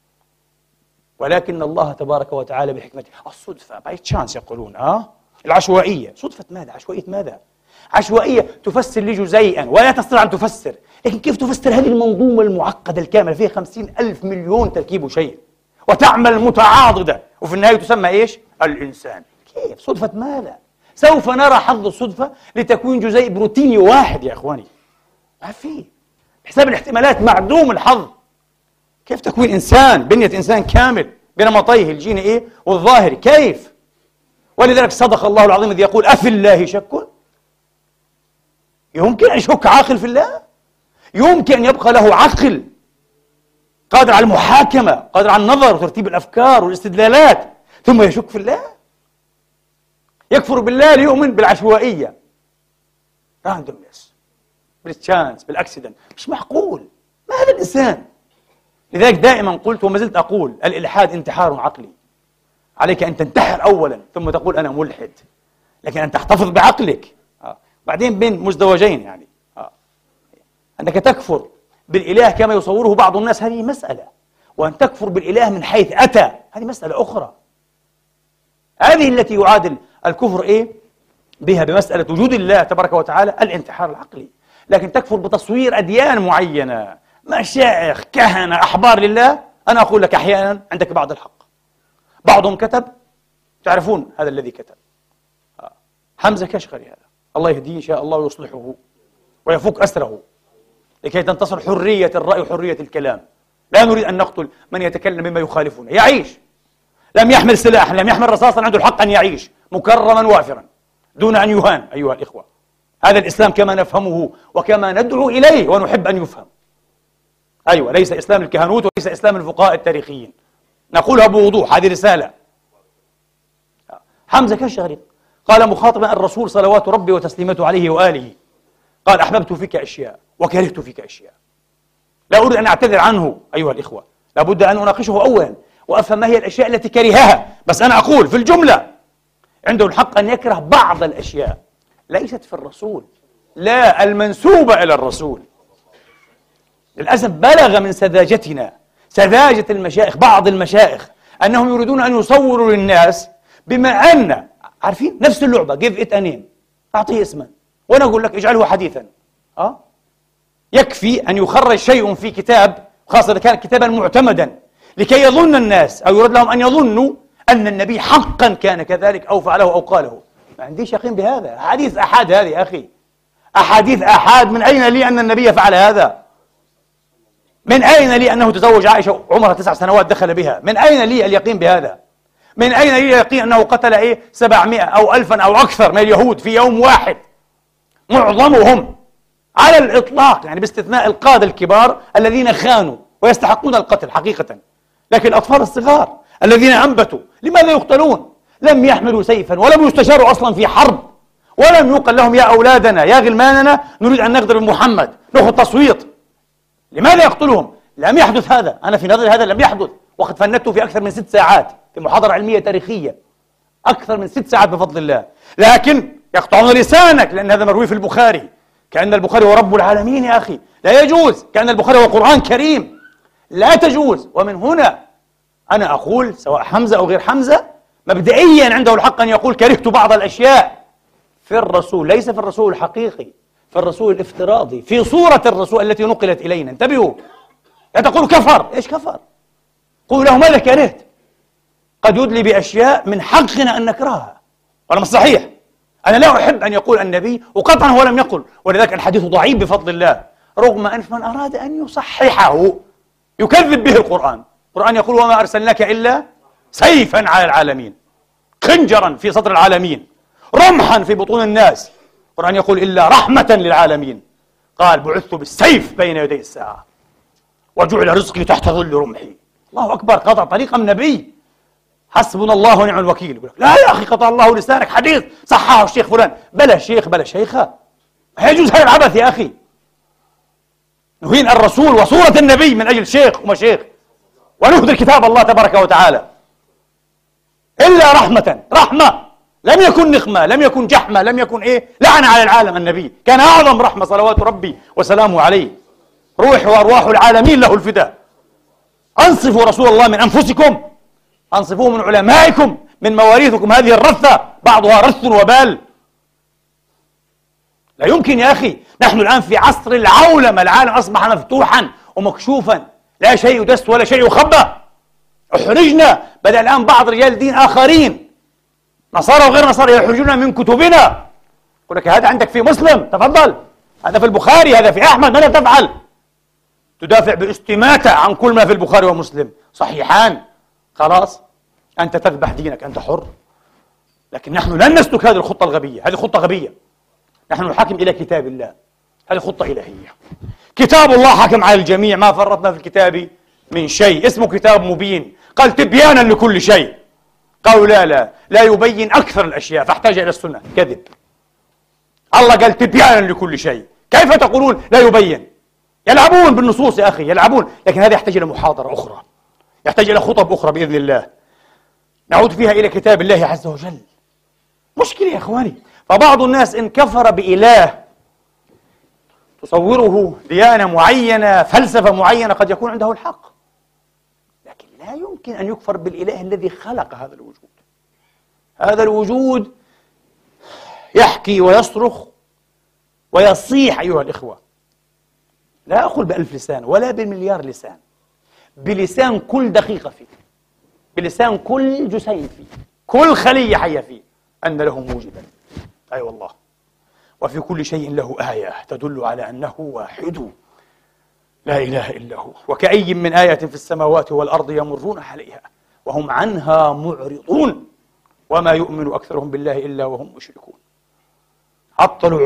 ولكن الله تبارك وتعالى بحكمته، الصدفة باي تشانس يقولون، العشوائية. صدفة ماذا؟ عشوائية ماذا؟ عشوائية تفسر لي جزيئا ولا تستطيع أن تفسر. لكن كيف تفسر هذه المنظومة المعقدة الكاملة فيها 50,000 مليون تركيب شيء وتعمل متعاضدة وفي النهاية تسمى إيش؟ الإنسان. كيف؟ صدفة ماذا؟ سوف نرى حظ الصدفة لتكوين جزيء بروتيني واحد يا إخواني. ما في بحساب الاحتمالات معدوم الحظ. كيف تكوين إنسان، بنية إنسان كامل بنمطيه الجيني والظاهري؟ كيف؟ ولذلك صدق الله العظيم إذ يقول أفي الله شك؟ يمكن أن يشك عاقل في الله؟ يمكن أن يبقى له عقل قادر على المحاكمة، قادر على النظر وترتيب الأفكار والاستدلالات، ثم يشك في الله؟ يكفر بالله ليؤمن بالعشوائية، راندومنس، بالتشانس، بالأكسيدنت. مش معقول. ما هذا الإنسان؟ لذلك دائما قلت وما زلت أقول الإلحاد انتحار عقلي. عليك أن تنتحر أولا ثم تقول أنا ملحد، لكن أن تحتفظ بعقلك. بعدين بين مزدوجين يعني أنك تكفر بالإله كما يصوره بعض الناس هذه مسألة، وأن تكفر بالإله من حيث أتى هذه مسألة أخرى. هذه التي يعادل الكفر بها بمسألة وجود الله تبارك وتعالى الانتحار العقلي. لكن تكفر بتصوير أديان معينة، مشايخ، كهنة، أحبار لله. أنا أقول لك أحيانا عندك بعض الحق. بعضهم كتب، تعرفون هذا الذي كتب حمزة كشغري، هذا الله يهديه إن شاء الله ويصلحه ويفك أسره لكي تنتصر حرية الرأي وحرية الكلام. لا نريد أن نقتل من يتكلم بما يخالفنا، يعيش. لم يحمل سلاح، لم يحمل رصاصا، عنده الحق أن يعيش مكرما وافرا دون أن يهان أيها الإخوة. هذا الإسلام كما نفهمه وكما ندعو إليه ونحب أن يفهم. أيوة، ليس إسلام الكهنوت وليس إسلام الفقهاء التاريخيين، نقولها بوضوح. هذه رسالة. حمزة كشغري قال مخاطبا الرسول صلوات ربي وتسليمته عليه وآله، قال أحببت فيك أشياء وكرهت فيك أشياء. لا أريد أن أعتذر عنه أيها الإخوة، لابد أن أناقشه أولا وأفهم ما هي الأشياء التي كرهها، بس أنا أقول في الجملة عنده الحق أن يكره بعض الأشياء ليست في الرسول، لا المنسوبة إلى الرسول. للأسف بلغ من سذاجتنا، سذاجة المشايخ، بعض المشايخ، أنهم يريدون أن يصوروا للناس بما أن عارفين نفس اللعبة give it a name، أعطيه اسما وأنا أقول لك اجعله حديثا. يكفي أن يخرج شيء في كتاب، خاصة إذا كان كتابا معتمدا، لكي يظن الناس أو يرد لهم أن يظنوا أن النبي حقا كان كذلك أو فعله أو قاله. ما عنديش يقين بهذا، أحاديث أحاد هذه يا أخي، أحاديث أحاد. من أين لي أن النبي فعل هذا؟ من أين لي أنه تزوج عائشة عمرها 9 سنوات دخل بها؟ من أين لي اليقين بهذا؟ من أين لي اليقين أنه قتل 700 أو 1000 أو أكثر من اليهود في يوم واحد، معظمهم على الإطلاق، يعني باستثناء القادة الكبار الذين خانوا ويستحقون القتل حقيقة، لكن الأطفال الصغار الذين أنبتوا لماذا يقتلون؟ لم يحملوا سيفا ولم يستشاروا أصلا في حرب، ولم يقل لهم يا أولادنا يا غلماننا نريد أن نغدر بمحمد نأخذ تصويت. لماذا يقتلهم؟ لم يحدث هذا، أنا في نظري هذا لم يحدث، وقد فندته في أكثر من 6 ساعات في محاضرة علمية تاريخية، أكثر من 6 ساعات بفضل الله. لكن يقطعون لسانك لأن هذا مروي في البخاري، كأن البخاري هو رب العالمين يا أخي، لا يجوز، كأن البخاري هو قرآن كريم، لا تجوز. ومن هنا أنا أقول سواء حمزة أو غير حمزة مبدئيا عنده الحق أن يقول كرهت بعض الأشياء في الرسول، ليس في الرسول الحقيقي، في الرسول الافتراضي، في صورة الرسول التي نقلت إلينا. انتبهوا، لا تقولوا كفر، إيش كفر؟ قولوا له ماذا كرهت؟ قد يدلي بأشياء من حقنا أن نكرهها، ولا مش صحيح؟ أنا لا أحب أن يقول النبي، وقطعا هو لم يقل، ولذلك الحديث ضعيف بفضل الله، رغم أن من أراد أن يصححه يكذب به القرآن. القرآن يقول وما أرسلناك إلا سيفا على العالمين، خنجرا في صدر العالمين، رمحا في بطون الناس. القرآن يقول إلا رحمة للعالمين، قال بعثت بالسيف بين يدي الساعة وجعل رزقي تحت ظل رمحي. الله أكبر، قطع طريق النبي. حسبنا الله ونعم الوكيل. يقول لك لا يا أخي قطع الله لسانك، حديث صححه الشيخ فلان. بلا شيخ بلا شيخة، ما يجوز هذا العبث يا أخي. نهين الرسول وصورة النبي من أجل شيخ ومشيخ، ونهدر كتاب الله تبارك وتعالى. إلا رحمة، لم يكن نقمة، لم يكن جحمة، لم يكن لعنة على العالم. النبي كان أعظم رحمة صلوات ربي وسلامه عليه، روح وأرواح العالمين له الفداء. أنصفوا رسول الله من أنفسكم، أنصفوه من علمائكم، من مواريثكم هذه الرثة بعضها رث وبال. لا يمكن يا أخي، نحن الآن في عصر العولمة، العالم أصبح مفتوحا ومكشوفا، لا شيء يدس ولا شيء يخبى. احرجنا، بدأ الآن بعض رجال دين آخرين نصارى وغير نصارى يحرجون من كتبنا. يقول لك هذا عندك في مسلم، تفضل، هذا في البخاري، هذا في أحمد، ماذا تفعل؟ تدافع باستماتة عن كل ما في البخاري ومسلم، صحيحان، خلاص أنت تذبح دينك، أنت حر. لكن نحن لن نسلك هذه الخطة الغبية، هذه خطة غبية. نحن نحاكم إلى كتاب الله، هذه خطة إلهية. كتاب الله حكم على الجميع، ما فرطنا في الكتاب من شيء، اسمه كتاب مبين، قال تبيانا لكل شيء. قالوا لا يبين أكثر الأشياء فاحتاج إلى السنة. كذب، الله قال تبيانا لكل شيء، كيف تقولون لا يبين؟ يلعبون بالنصوص يا أخي، يلعبون، لكن هذا يحتاج إلى محاضرة أخرى، يحتاج إلى خطب أخرى بإذن الله نعود فيها إلى كتاب الله عز وجل. مشكلة يا إخواني. فبعض الناس إن كفر بإله تصوره ديانة معينة، فلسفة معينة، قد يكون عنده الحق، لكن لا يمكن أن يكفر بالإله الذي خلق هذا الوجود. هذا الوجود يحكي ويصرخ ويصيح أيها الإخوة، لا أقول ب1000 لسان ولا ب1,000,000,000 لسان، بلسان كل دقيقة فيه، بلسان كل جسيم فيه، كل خلية حية فيه، أن له موجبا. أي والله. وفي كل شيء له آية تدل على أنه واحد لا إله إلا هو. وكأي من آية في السماوات والأرض يمرون عليها وهم عنها معرضون وما يؤمن أكثرهم بالله إلا وهم مشركون. عطلوا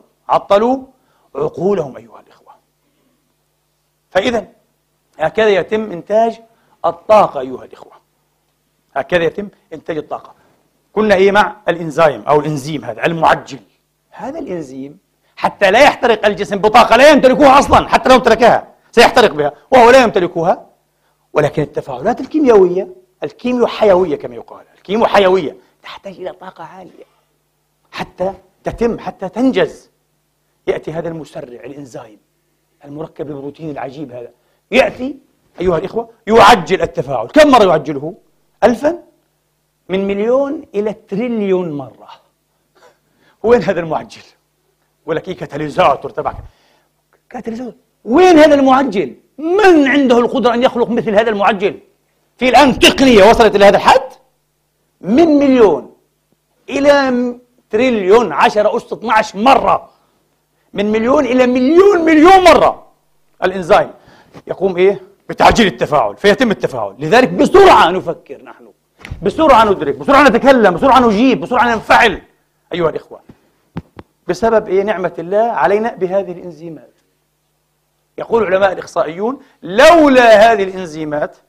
عقولهم أيها الإخوة. فإذا هكذا يتم إنتاج الطاقة أيها الإخوة، هكذا يتم إنتاج الطاقة. كنا إيه مع الإنزيم أو الإنزيم هذا المعجل. هذا الإنزيم حتى لا يحترق الجسم بطاقة لا يمتلكها أصلا، حتى لو امتلكها سيحترق بها وهو لا يمتلكها، ولكن التفاعلات الكيميائية الكيميوحيوية كما يقال، الكيميوحيوية تحتاج إلى طاقة عالية حتى تتم، حتى تنجز. يأتي هذا المسرع الإنزيم المركب البروتين العجيب هذا، يأتي أيها الإخوة يعجل التفاعل. كم مرة يعجله؟ 1000 من مليون إلى تريليون مرة. وين هذا المعجل؟ ولك إيه كاتاليزاتور تبعك، كاتاليزاتور. وين هذا المعجل؟ من عنده القدرة أن يخلق مثل هذا المعجل؟ في الآن تقنية وصلت إلى هذا الحد، من مليون إلى تريليون 10 أس 12 مرة، من مليون إلى مليون مرة. الإنزيم يقوم إيه؟ بتعجيل التفاعل، فيتم التفاعل. لذلك بسرعة نفكر نحن، بسرعة ندرك، بسرعة نتكلم، بسرعة نجيب، بسرعة ننفعل أيها الإخوة، بسبب إيه؟ نعمة الله علينا بهذه الإنزيمات. يقول علماء الإخصائيون لولا هذه الإنزيمات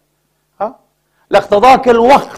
لاقتضاك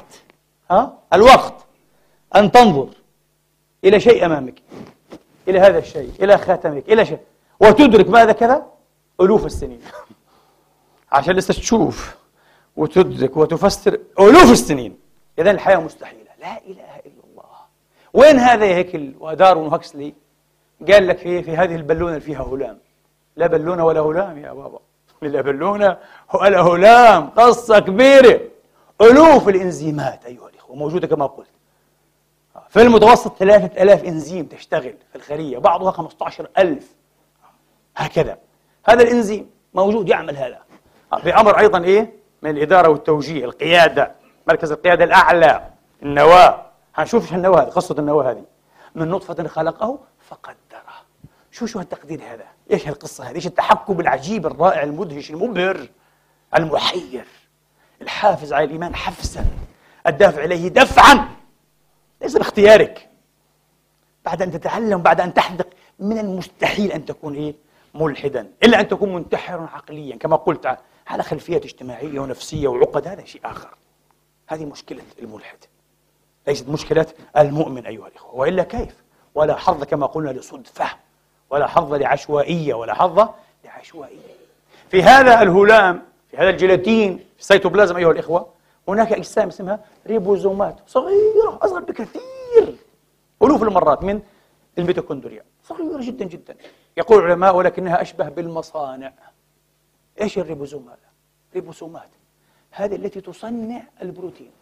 الوقت أن تنظر إلى شيء أمامك، إلى هذا الشيء، إلى خاتمك، إلى شيء، وتدرك ماذا كذا ألوف السنين عشان لسه تشوف وتدرك وتفسر ألوف السنين. إذن الحياة مستحيلة، لا إله إلا الله. وين هذا يا هيكل ودارون هاكسلي قال لك في هذه البالونة اللي فيها هلام؟ لا بالونة ولا هلام يا بابا، لا بالونة ولا هلام، قصة كبيرة. ألوف الإنزيمات أيها الإخوة موجودة كما قلت، في المتوسط 3000 إنزيم تشتغل في الخلية، بعضها 15000 هكذا. هذا الإنزيم موجود يعمل هذا بأمر أيضا إيه؟ من الإدارة والتوجيه، القيادة، مركز القيادة الأعلى، النواة. هنشوف ايش النواة هذه، قصة النواة هذه. من نطفة خلقه فقدره. شو التقدير هذا؟ ايش هالقصة هذه؟ ايش التحكم العجيب الرائع المدهش المبهر المحير، الحافز على الإيمان حفزا، الدافع إليه دفعا، ليس باختيارك. بعد أن تتعلم، بعد أن تحدق، من المستحيل أن تكون إيه؟ ملحدا، إلا أن تكون منتحرا عقليا كما قلت، على خلفيات اجتماعية ونفسية وعقد. هذا شيء آخر. هذه مشكلة الملحد، ليست مشكلة المؤمن أيها الإخوة. وإلا كيف؟ ولا حظ كما قلنا لصدفة، ولا حظ لعشوائية، ولا حظ لعشوائية. في هذا الهلام، في هذا الجيلاتين، في السيتوبلازم أيها الإخوة، هناك أجسام اسمها ريبوزومات صغيرة، أصغر بكثير، ألوف المرات من الميتوكوندريا، صغيرة جدا جدا. يقول العلماء ولكنها أشبه بالمصانع. إيش الريبوزوم هذا؟ ريبوسومات هذه التي تصنع البروتين.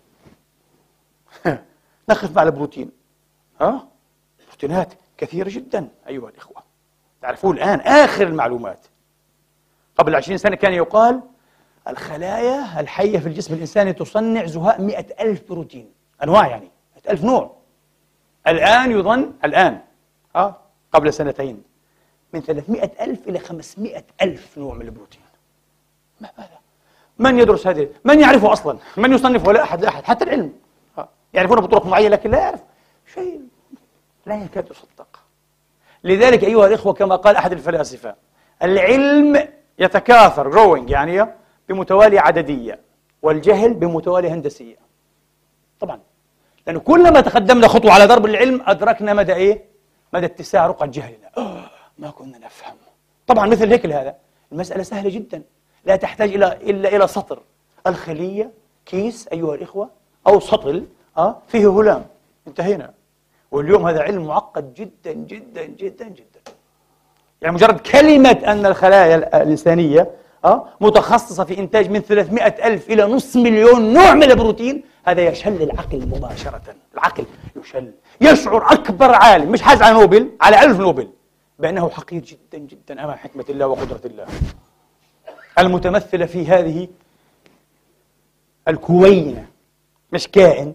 نقف مع البروتين. بروتينات كثيرة جدا أيها الإخوة. تعرفون الآن آخر المعلومات. قبل 20 سنة كان يقال الخلايا الحية في الجسم الإنساني تصنع زهاء 100,000 بروتين، أنواع يعني 100,000 نوع. الآن يظن قبل سنتين من 300,000 إلى 500,000 نوع من البروتين. ماذا؟ من يدرس هذه؟ من يعرفه أصلا؟ من يصنفه؟ لا أحد، لا أحد. حتى العلم يعرفونه بطرق معينة، لكن لا يعرف شيء، لا يكاد يصدق. لذلك أيها الإخوة كما قال أحد الفلاسفة، العلم يتكاثر growing يعني بمتوالية عددية، والجهل بمتوالية هندسية. طبعا لأنه كلما تقدمنا خطوة على درب العلم أدركنا مدى إيه؟ مدى اتساع رقعة جهلنا. ما كنا نفهم. طبعا مثل هيك هذا المسألة سهلة جدا، لا تحتاج إلا إلى سطر. الخلية كيس أيها الإخوة أو سطل فيه هلام، انتهينا. واليوم هذا علم معقد جدا جدا جدا جدا. يعني مجرد كلمة أن الخلايا الإنسانية متخصصة في إنتاج من 300,000 إلى نصف مليون نوع من البروتين، هذا يشل العقل مباشرة. العقل يشل، يشعر أكبر عالم مش حاز على نوبل، على 1000 نوبل، بأنه حقير جدا جدا أمام حكمة الله وقدرة الله المتمثلة في هذه الكوينة، مش كائن،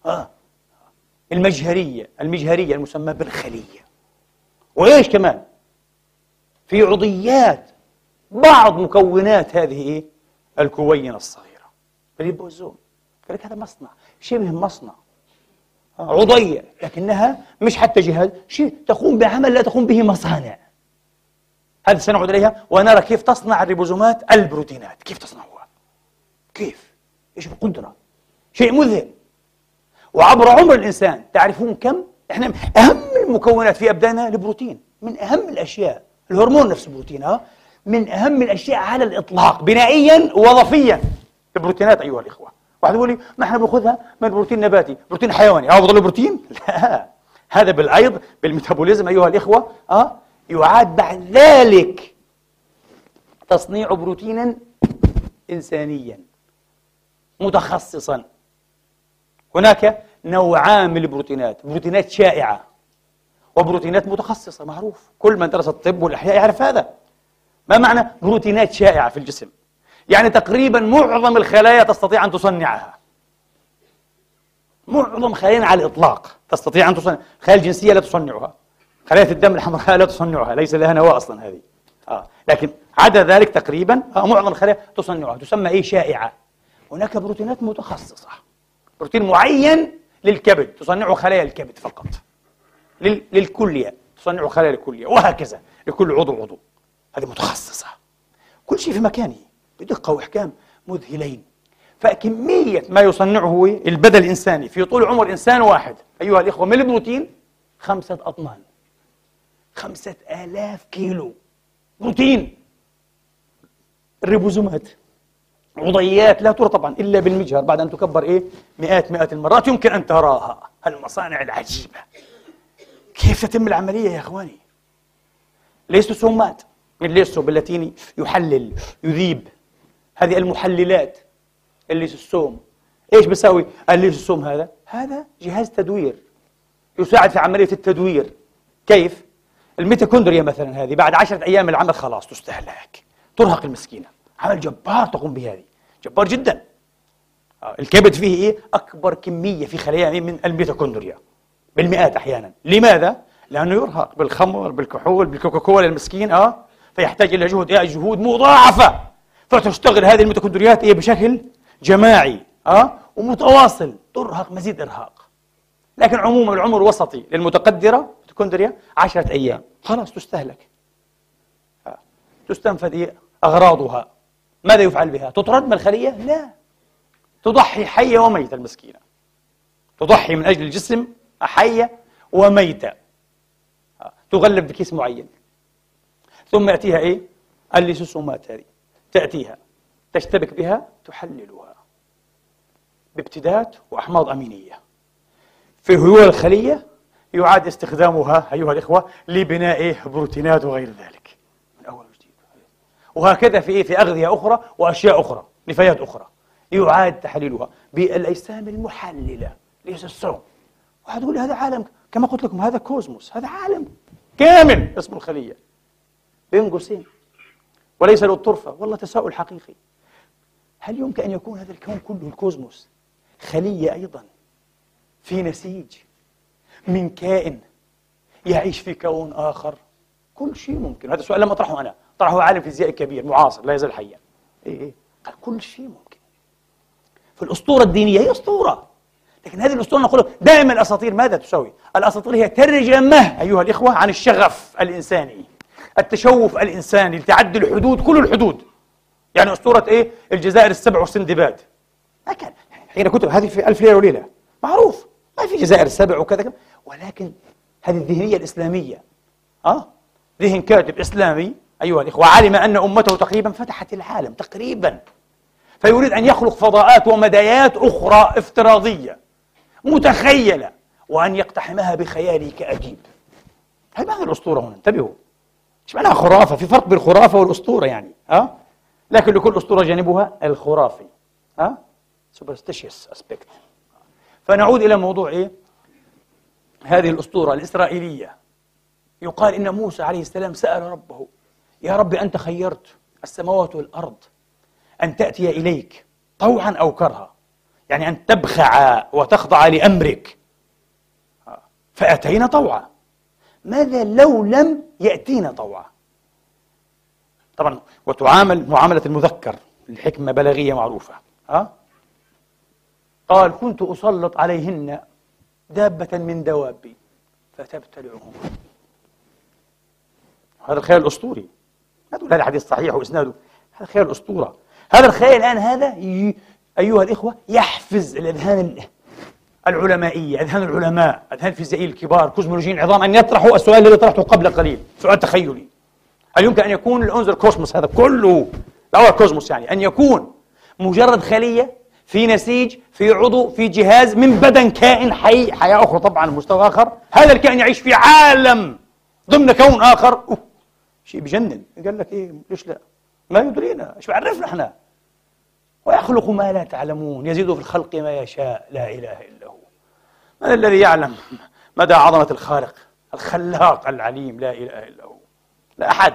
المجهرية المسمى بالخلية. وإيش كمان؟ في عضيات بعض مكونات هذه الكوينة الصغيرة، الريبوزوم. قال لك هذا مصنع، شبه مصنع، عضية، لكنها مش حتى جهاز، شيء تقوم بعمل لا تقوم به مصانع. هذا سنعود إليها ونرى كيف تصنع الريبوزومات البروتينات. كيف تصنعها؟ كيف؟ إيش القدرة؟ شيء مذهل. وعبر عمر الإنسان. تعرفون كم؟ إحنا أهم المكونات في أبداننا البروتين، من أهم الأشياء. الهرمون نفسه بروتين، من أهم الأشياء على الإطلاق بنائيا ووظيفيا. البروتينات أيها الإخوة، واحد يقول لي ما احنا بناخذها من بروتين نباتي، بروتين حيواني، بضل بروتين؟ لا، هذا بالأيض بالميتابوليزم أيها الإخوة يعاد بعد ذلك تصنيع بروتينا إنسانيا متخصصا. هناك نوعان من البروتينات، بروتينات شائعة وبروتينات متخصصة، معروف، كل من درس الطب والأحياء يعرف هذا. ما معنى بروتينات شائعة في الجسم؟ يعني تقريبا معظم الخلايا تستطيع أن تصنعها، معظم خلايانا على الإطلاق تستطيع أن تصنع. الخلايا الجنسية لا تصنعها، خلايا الدم الحمراء لا تصنعها، ليس لها نواة أصلا هذه. لكن عدا ذلك تقريبا معظم الخلايا تصنعها، تسمى شائعة. هناك بروتينات متخصصة، بروتين معين للكبد تصنعه خلايا الكبد فقط، للكلية تصنعه خلايا الكلية، وهكذا لكل عضو. هذه متخصصة، كل شيء في مكانه بدقة وإحكام مذهلين. فكمية ما يصنعه البدن الإنساني في طول عمر إنسان واحد أيها الإخوة من البروتين 5 أطنان، 5000 كيلو بروتين. الريبوزومات عضيات لا ترى طبعا إلا بالمجهر بعد أن تكبر مئات المرات يمكن أن تراها. المصانع العجيبة كيف تتم العملية يا إخواني؟ ليسوسومات، من ليسو باللاتيني يحلل يذيب، هذه المحللات. الليسوسوم ايش بيساوي الليسوسوم؟ هذا جهاز تدوير يساعد في عملية التدوير. كيف؟ الميتوكوندريا مثلا هذه بعد 10 أيام العمل خلاص تستهلك، ترهق المسكينة. عمل جبار تقوم به، جبار جدا. الكبد فيه أكبر كمية في خلايا من الميتوكوندريا بالمئات أحيانا. لماذا؟ لأنه يرهق بالخمر بالكحول بالكوكاكولا المسكين، فيحتاج إلى جهود مضاعفة، فتشتغل هذه الميتوكوندريات بشكل جماعي ومتواصل، ترهق مزيد إرهاق. لكن عموما العمر الوسطي للمتقدرة ميتوكوندريا 10 أيام خلاص تستهلك، تستنفذ أغراضها. ماذا يفعل بها؟ تطرد من الخلية؟ لا، تضحي حية وميتة. المسكينة تضحي من أجل الجسم حية وميتة، تغلف بكيس معين، ثم يأتيها الليسوسومات هذه، تأتيها تشتبك بها، تحللها بابتدات وأحماض أمينية في هيول الخلية، يعاد استخدامها أيها الإخوة لبناء بروتينات وغير ذلك من أول وجديد. وهكذا في أغذية أخرى وأشياء أخرى، نفايات أخرى، يعاد تحليلها بالأجسام المحللة ليسوسوم. واحد يقول هذا عالم، كما قلت لكم هذا كوزموس، هذا عالم كامل اسمه الخلية بين قوسين، وليس له الطرفة. والله تساؤل حقيقي، هل يمكن أن يكون هذا الكون كله الكوزموس خلية أيضا في نسيج من كائن يعيش في كون آخر؟ كل شيء ممكن. هذا السؤال لم أطرحه أنا، طرحه عالم فيزيائي كبير معاصر لا يزال حيا. قال كل شيء ممكن. فالأسطورة الدينية هي أسطورة، لكن هذه الأسطورة نقول دائما الأساطير ماذا تساوي؟ الأساطير هي ترجمة أيها الإخوة عن الشغف الإنساني، التشوف الإنساني لتعدي الحدود، كل الحدود. يعني أسطورة الجزائر السبع والسندباد، ما كان حين كتب هذه في 1000 ليلة وليلة، معروف ما في جزائر السبع وكذا، ولكن هذه الذهنية الإسلامية، ذهن كاتب إسلامي أيها الإخوة علم أن أمته تقريبا فتحت العالم تقريبا، فيريد أن يخلق فضاءات ومدايات أخرى افتراضية متخيلة وأن يقتحمها بخياله كأديب. هذه معنى الأسطورة هنا، انتبهوا، مش معناها خرافة، في فرق بين الخرافة والأسطورة يعني، لكن لكل أسطورة جانبها الخرافي، superstitious aspect. فنعود إلى موضوع هذه الأسطورة الإسرائيلية. يقال إن موسى عليه السلام سأل ربه: يا رب أنت خيرت السماوات والأرض أن تأتي إليك طوعا أو كرها، يعني أن تبخع وتخضع لأمرك، فأتينا طوعا، ماذا لو لم يأتينا طوعا؟ طبعا وتعامل معاملة المذكر، الحكمة بلاغية معروفة. قال: كنت أسلط عليهن دابة من دوابي فتبتلعهم. هذا الخيال الأسطوري، لا تقول هذا حديث صحيح وإسناده، هذا خيال الأسطورة. هذا الخيال الآن هذا أيها الإخوة يحفز الأذهان العلمائية، أذهان العلماء، أذهان الفيزيائيين الكبار، كوزمولوجيين العظام، أن يطرحوا السؤال الذي طرحته قبل قليل، سؤال تخيلي: هل يمكن أن يكون الأنظر كوسموس هذا كله، لا كوزموس يعني، أن يكون مجرد خلية في نسيج في عضو في جهاز من بدن كائن حي، حياة أخرى طبعا على مستوى آخر، هذا الكائن يعيش في عالم ضمن كون آخر؟ شيء بجنن. قال لك إيه، ليش لا؟ ما يدرينا، إيش بعرفنا إحنا؟ ويخلق ما لا تعلمون، يزيد في الخلق ما يشاء، لا إله إلا هو. من الذي يعلم مدى عظمة الخالق الخلاق العليم؟ لا إله إلا هو، لا أحد.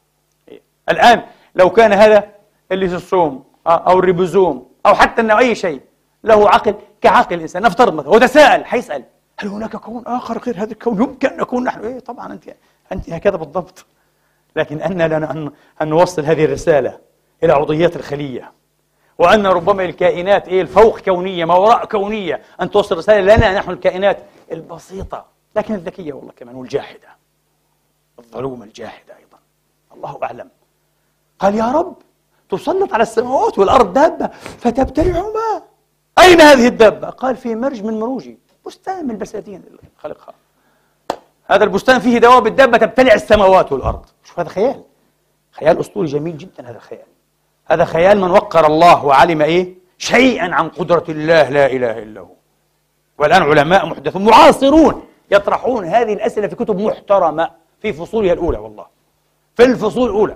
الآن لو كان هذا الليسوسوم أو الريبوزوم أو حتى أنه أي شيء له عقل كعقل الإنسان، نفترض مثلا وتساءل، حيسأل: هل هناك كون آخر غير هذا الكون؟ يمكن أن نكون نحن؟ إيه طبعا، أنت هكذا بالضبط. لكن أن لنا أن نوصل هذه الرسالة إلى عضويات الخلية، وأن ربما الكائنات الفوق كونية ما وراء كونية، أن توصل رسالة لنا نحن الكائنات البسيطة لكن الذكية والله كمان، والجاحدة، الظلومة الجاحدة أيضا. الله أعلم. قال: يا رب تسلط على السماوات والأرض دابة فتبتلعهما. أين هذه الدابة؟ قال: في مرج من مروجي، بستان من البساتين خلقها. هذا البستان فيه دواب الدابة تبتلع السماوات والأرض. شوف، هذا خيال، خيال أسطوري جميل جدا. هذا الخيال، هذا خيال من وقر الله وعلم شيئا عن قدرة الله، لا إله إلا هو. والآن علماء محدثون معاصرون يطرحون هذه الأسئلة في كتب محترمة في فصولها الأولى، والله في الفصول الأولى،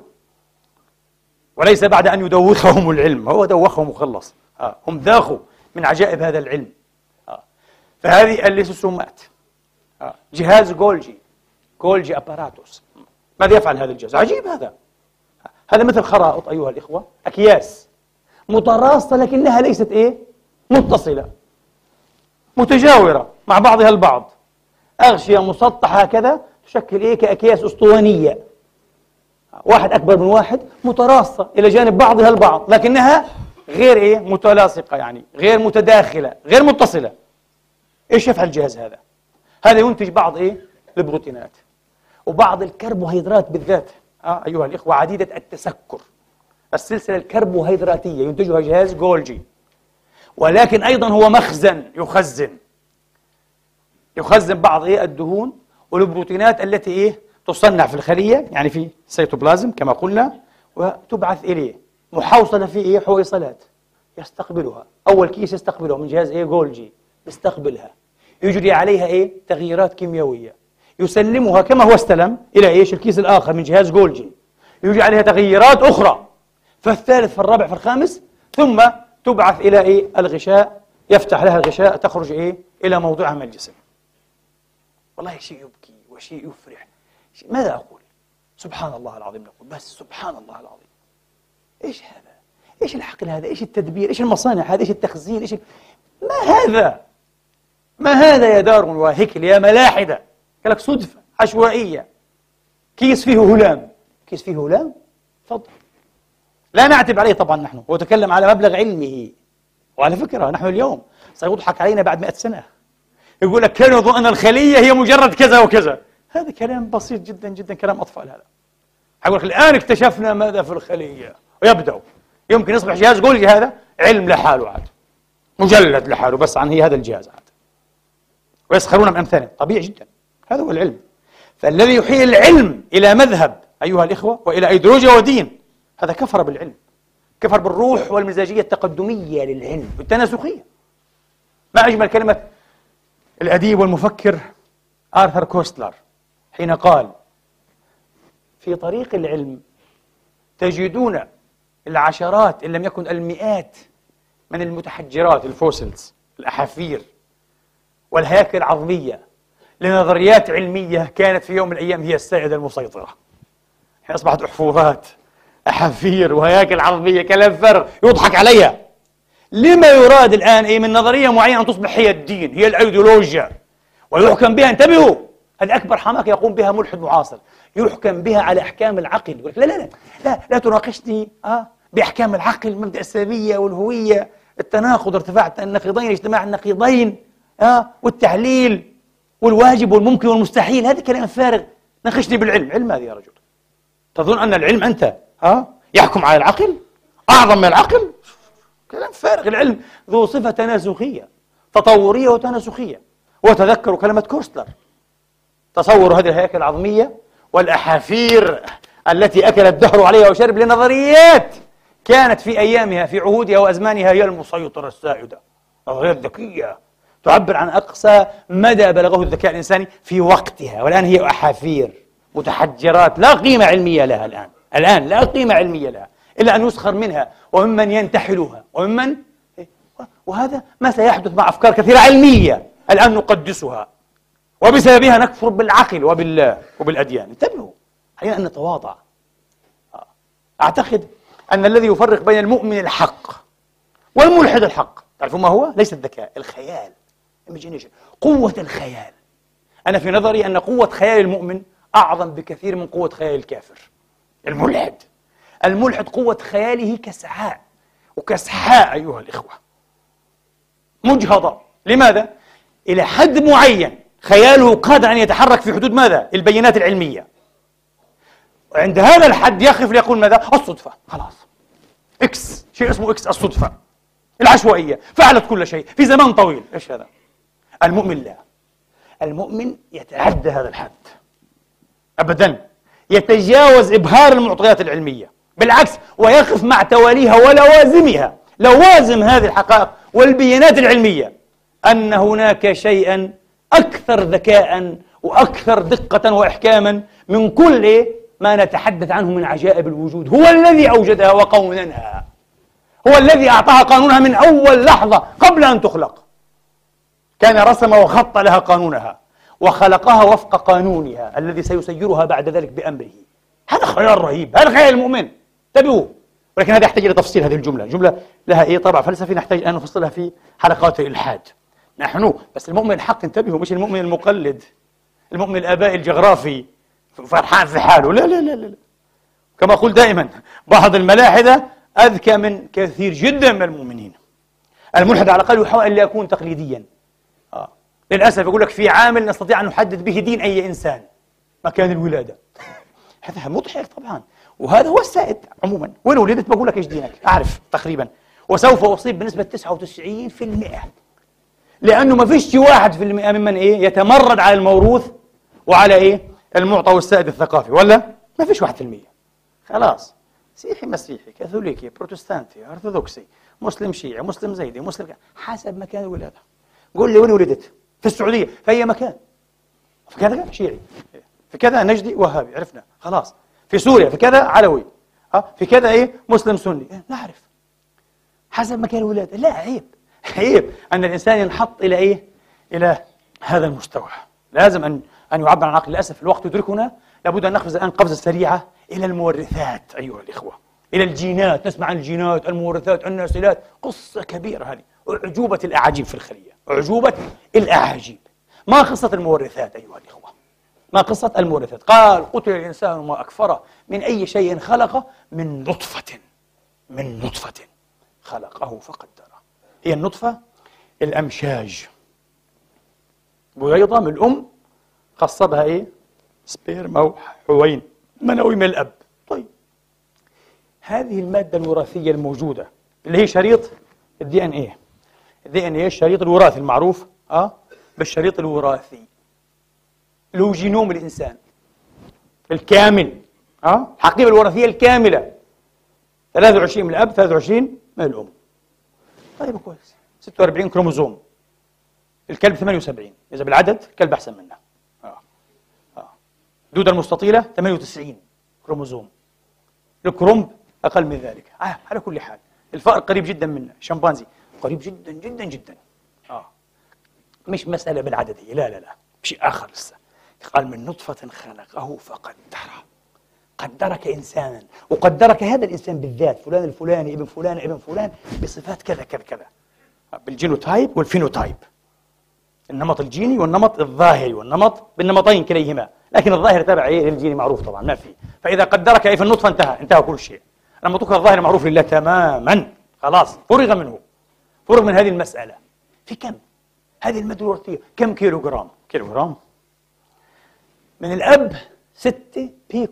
وليس بعد أن يدوخهم العلم. هو دوخهم وخلص. هم ذاخوا من عجائب هذا العلم. فهذه الليسوسومات، جهاز جولجي أباراتوس. ماذا يفعل هذا الجهاز؟ عجيب. هذا مثل خرائط أيها الإخوة، أكياس متراصة لكنها ليست متصلة، متجاورة مع بعضها البعض، أغشية مسطحة هكذا تشكل كأكياس أسطوانية، واحد أكبر من واحد، متراصة إلى جانب بعضها البعض لكنها غير متلاصقة، يعني غير متداخلة، غير متصلة. إيش يفعل الجهاز هذا؟ هذا ينتج بعض البروتينات وبعض الكربوهيدرات بالذات، أيها الإخوة، عديدة التسكر، السلسلة الكربوهيدراتية ينتجها جهاز جولجي. ولكن أيضا هو مخزن، يخزن بعض الدهون والبروتينات التي تصنع في الخلية، يعني في السيتوبلازم كما قلنا، وتبعث إليه محوصلة في حويصلات يستقبلها. أول كيس يستقبله من جهاز جولجي، يستقبلها، يجري عليها تغييرات كيميائية، يسلمها كما هو استلم إلى الكيس الآخر من جهاز جولجي، يجري عليها تغييرات أخرى، فالثالث فالرابع فالخامس، ثم تبعث إلى الغشاء، يفتح لها الغشاء، تخرج إلى موضعها من الجسم. والله شيء يبكي وشيء يفرح. ماذا أقول؟ سبحان الله العظيم. نقول بس سبحان الله العظيم. إيش هذا؟ إيش العقل هذا؟ إيش التدبير؟ إيش المصانع هذا؟ إيش التخزين؟ ما هذا يا دارون وهكل يا ملاحدة؟ قال لك صدفة عشوائية، كيس فيه هلام. كيس فيه هلام؟ تفضل، لا نعتب عليه طبعا نحن، وتكلم على مبلغ علمه. وعلى فكرة نحن اليوم سيضحك علينا بعد 100 سنة، يقول لك كانوا يظن أن الخلية هي مجرد كذا وكذا. هذا كلام بسيط جدا جدا، كلام أطفال. هذا يقول لك الآن اكتشفنا ماذا في الخلية، ويبدأ يمكن يصبح جهاز جولجي هذا علم لحاله، عاد مجلد لحاله بس عن هذا الجهاز عاد، ويسخرون من أمثاله. طبيعي جدا، هذا هو العلم. فالذي يحيل العلم إلى مذهب أيها الإخوة وإلى أيديولوجيا ودين، هذا كفر بالعلم، كفر بالروح والمزاجية التقدمية للعلم والتناسخية. ما أجمل كلمة الأديب والمفكر آرثر كوستلر حين قال: في طريق العلم تجدون العشرات إن لم يكن المئات من المتحجرات، الفوسلز، الأحافير والهياكل العظمية لنظريات علمية كانت في يوم من الأيام هي السائدة المسيطرة. حين أصبحت أحفوظات، أحافير وهياكل عظمية، كلام فارغ يضحك عليها. لما يراد الآن من نظرية معينة أن تصبح هي الدين، هي الأيديولوجيا، ويحكم بها. انتبهوا، هذه أكبر حماقة يقوم بها ملحد معاصر، يحكم بها على أحكام العقل. يقول لك لا لا لا لا, لا تناقشني بأحكام العقل، المبدأ السلبية والهوية، التناقض، ارتفاع النقيضين، اجتماع النقيضين، والتحليل والواجب والممكن والمستحيل. هذا كلام فارغ، ناقشني بالعلم. علم هذا يا رجل؟ تظن أن العلم أنت يحكم على العقل أعظم من العقل؟ كلام فارغ. العلم ذو صفة تناسخية، تطورية وتناسخية. وتذكروا كلمة كورستلر، تصور هذه الهياكل العظمية والأحافير التي أكل الدهر عليها وشرب لنظريات كانت في أيامها في عهودها وأزمانها هي المسيطرة السائدة. نظريات ذكية تعبر عن أقصى مدى بلغه الذكاء الإنساني في وقتها، والآن هي أحافير متحجرات لا قيمة علمية لها. الآن لا قيمة علمية لها إلا أن يسخر منها وممن ينتحلها وممن وهذا ما سيحدث مع أفكار كثيرة علمية الآن نقدسها وبسببها نكفر بالعقل وبالله وبالأديان. انتبهوا، علينا أن نتواضع. أعتقد أن الذي يفرق بين المؤمن الحق والملحد الحق، تعرفون ما هو؟ ليس الذكاء، الخيال، قوة الخيال. أنا في نظري أن قوة خيال المؤمن أعظم بكثير من قوة خيال الكافر. الملحد قوة خياله كسحاء، وكسحاء أيها الإخوة مجهضة. لماذا؟ إلى حد معين خياله قادر أن يتحرك في حدود ماذا؟ البينات العلمية. وعند هذا الحد يقف ليقول ماذا؟ الصدفة. خلاص، إكس، شيء اسمه إكس، الصدفة، العشوائية فعلت كل شيء في زمان طويل. إيش هذا؟ المؤمن لا، المؤمن يتعدى هذا الحد أبدا، يتجاوز إبهار المعطيات العلمية، بالعكس ويقف مع تواليها ولوازمها، لوازم هذه الحقائق والبيانات العلمية، أن هناك شيئا أكثر ذكاء وأكثر دقة وإحكاما من كل ما نتحدث عنه من عجائب الوجود. هو الذي أوجدها وقوننها، هو الذي أعطاها قانونها من أول لحظة قبل أن تخلق. كان رسم وخط لها قانونها وخلقها وفق قانونها الذي سيسيرها بعد ذلك بأمره. هذا خيال رهيب، هذا خيال المؤمن. انتبهوا، ولكن هذا يحتاج إلى تفصيل. هذه الجملة لها طابع فلسفي نحتاج أن نفصلها في حلقات الإلحاد. نحن بس المؤمن الحق، انتبهوا، مش المؤمن المقلد، المؤمن الآبائي الجغرافي فرحان في حاله. لا لا لا لا، كما أقول دائما بعض الملاحدة أذكى من كثير جدا من المؤمنين. الملحد على الأقل يحاول أن لا يكون تقليديا. للأسف يقول لك في عامل نستطيع أن نحدد به دين أي إنسان، مكان الولادة. هذا مضحك طبعا، وهذا هو السائد عموما. وين ولدت؟ بقول لك إيش دينك، أعرف تقريبا، وسوف أصيب بنسبة 99%، لأنه ما فيش 1% ممن يتمرد على الموروث وعلى المعطى والسائد الثقافي، ولا ما فيش 1%. خلاص، مسيحي كاثوليكي بروتستانتي أرثوذكسي مسلم شيعي مسلم زيدي مسلم حسب مكان الولادة. قول لي وين ولدت؟ في السعودية، في أي مكان؟ في كذا شيعي، في كذا نجدي وهابي، عرفنا خلاص. في سوريا في كذا علوي، في كذا مسلم سني، نعرف حسب مكان الولادة. لا، عيب أن الإنسان ينحط إلى إلى هذا المستوى. لازم أن يعبر عن عقل. للأسف الوقت يدركنا، لابد أن نقفز الآن قفزة سريعة إلى المورثات أيها الإخوة، إلى الجينات. نسمع عن الجينات، المورثات، الناسلات، قصة كبيرة هذه. أعجوبة الأعاجيب في الخلية، أعجوبة الأعاجيب. ما قصة المورثات أيها الإخوة؟ ما قصة المورثات؟ قال قتل الإنسان ما أكفره من أي شيء خلقه من نطفة خلقه فقدره. هي النطفة الأمشاج، بويضة من الأم خصبها سبيرما وحوين منوي من الأب. طيب، هذه المادة الوراثية الموجودة اللي هي شريط الدي ان ايه الشريط الوراثي المعروف بالشريط الوراثي، اللي هو جينوم الإنسان الكامل، الحقيبة الوراثية الكاملة، 23 من الأب 23 من الأم. طيب كويس، 46 كروموزوم. الكلب 78، إذا بالعدد الكلب أحسن منا. الدودة المستطيلة 98 كروموزوم. الكرنب أقل من ذلك. على كل حال الفأر قريب جدا منا، الشمبانزي قريب جدا جدا جدا. مش مسألة بالعددية، لا شيء آخر لسه. قال من نطفة خلقه فقدره، قدرك إنسانا، وقدرك هذا الإنسان بالذات، فلان الفلاني ابن فلان ابن فلان بصفات كذا كذا كذا، بالجينوتايب والفينوتايب، النمط الجيني والنمط الظاهري، والنمط بالنمطين كليهما، لكن الظاهر تبع للجيني معروف طبعا ما في. فإذا قدرك في النطفة انتهى كل شيء. نمطك الظاهري معروف لله تماما، خلاص فرغ منه، فرغ من هذه المسألة. في كم هذه المادة الوراثية؟ كم كيلوغرام من الأب؟ 6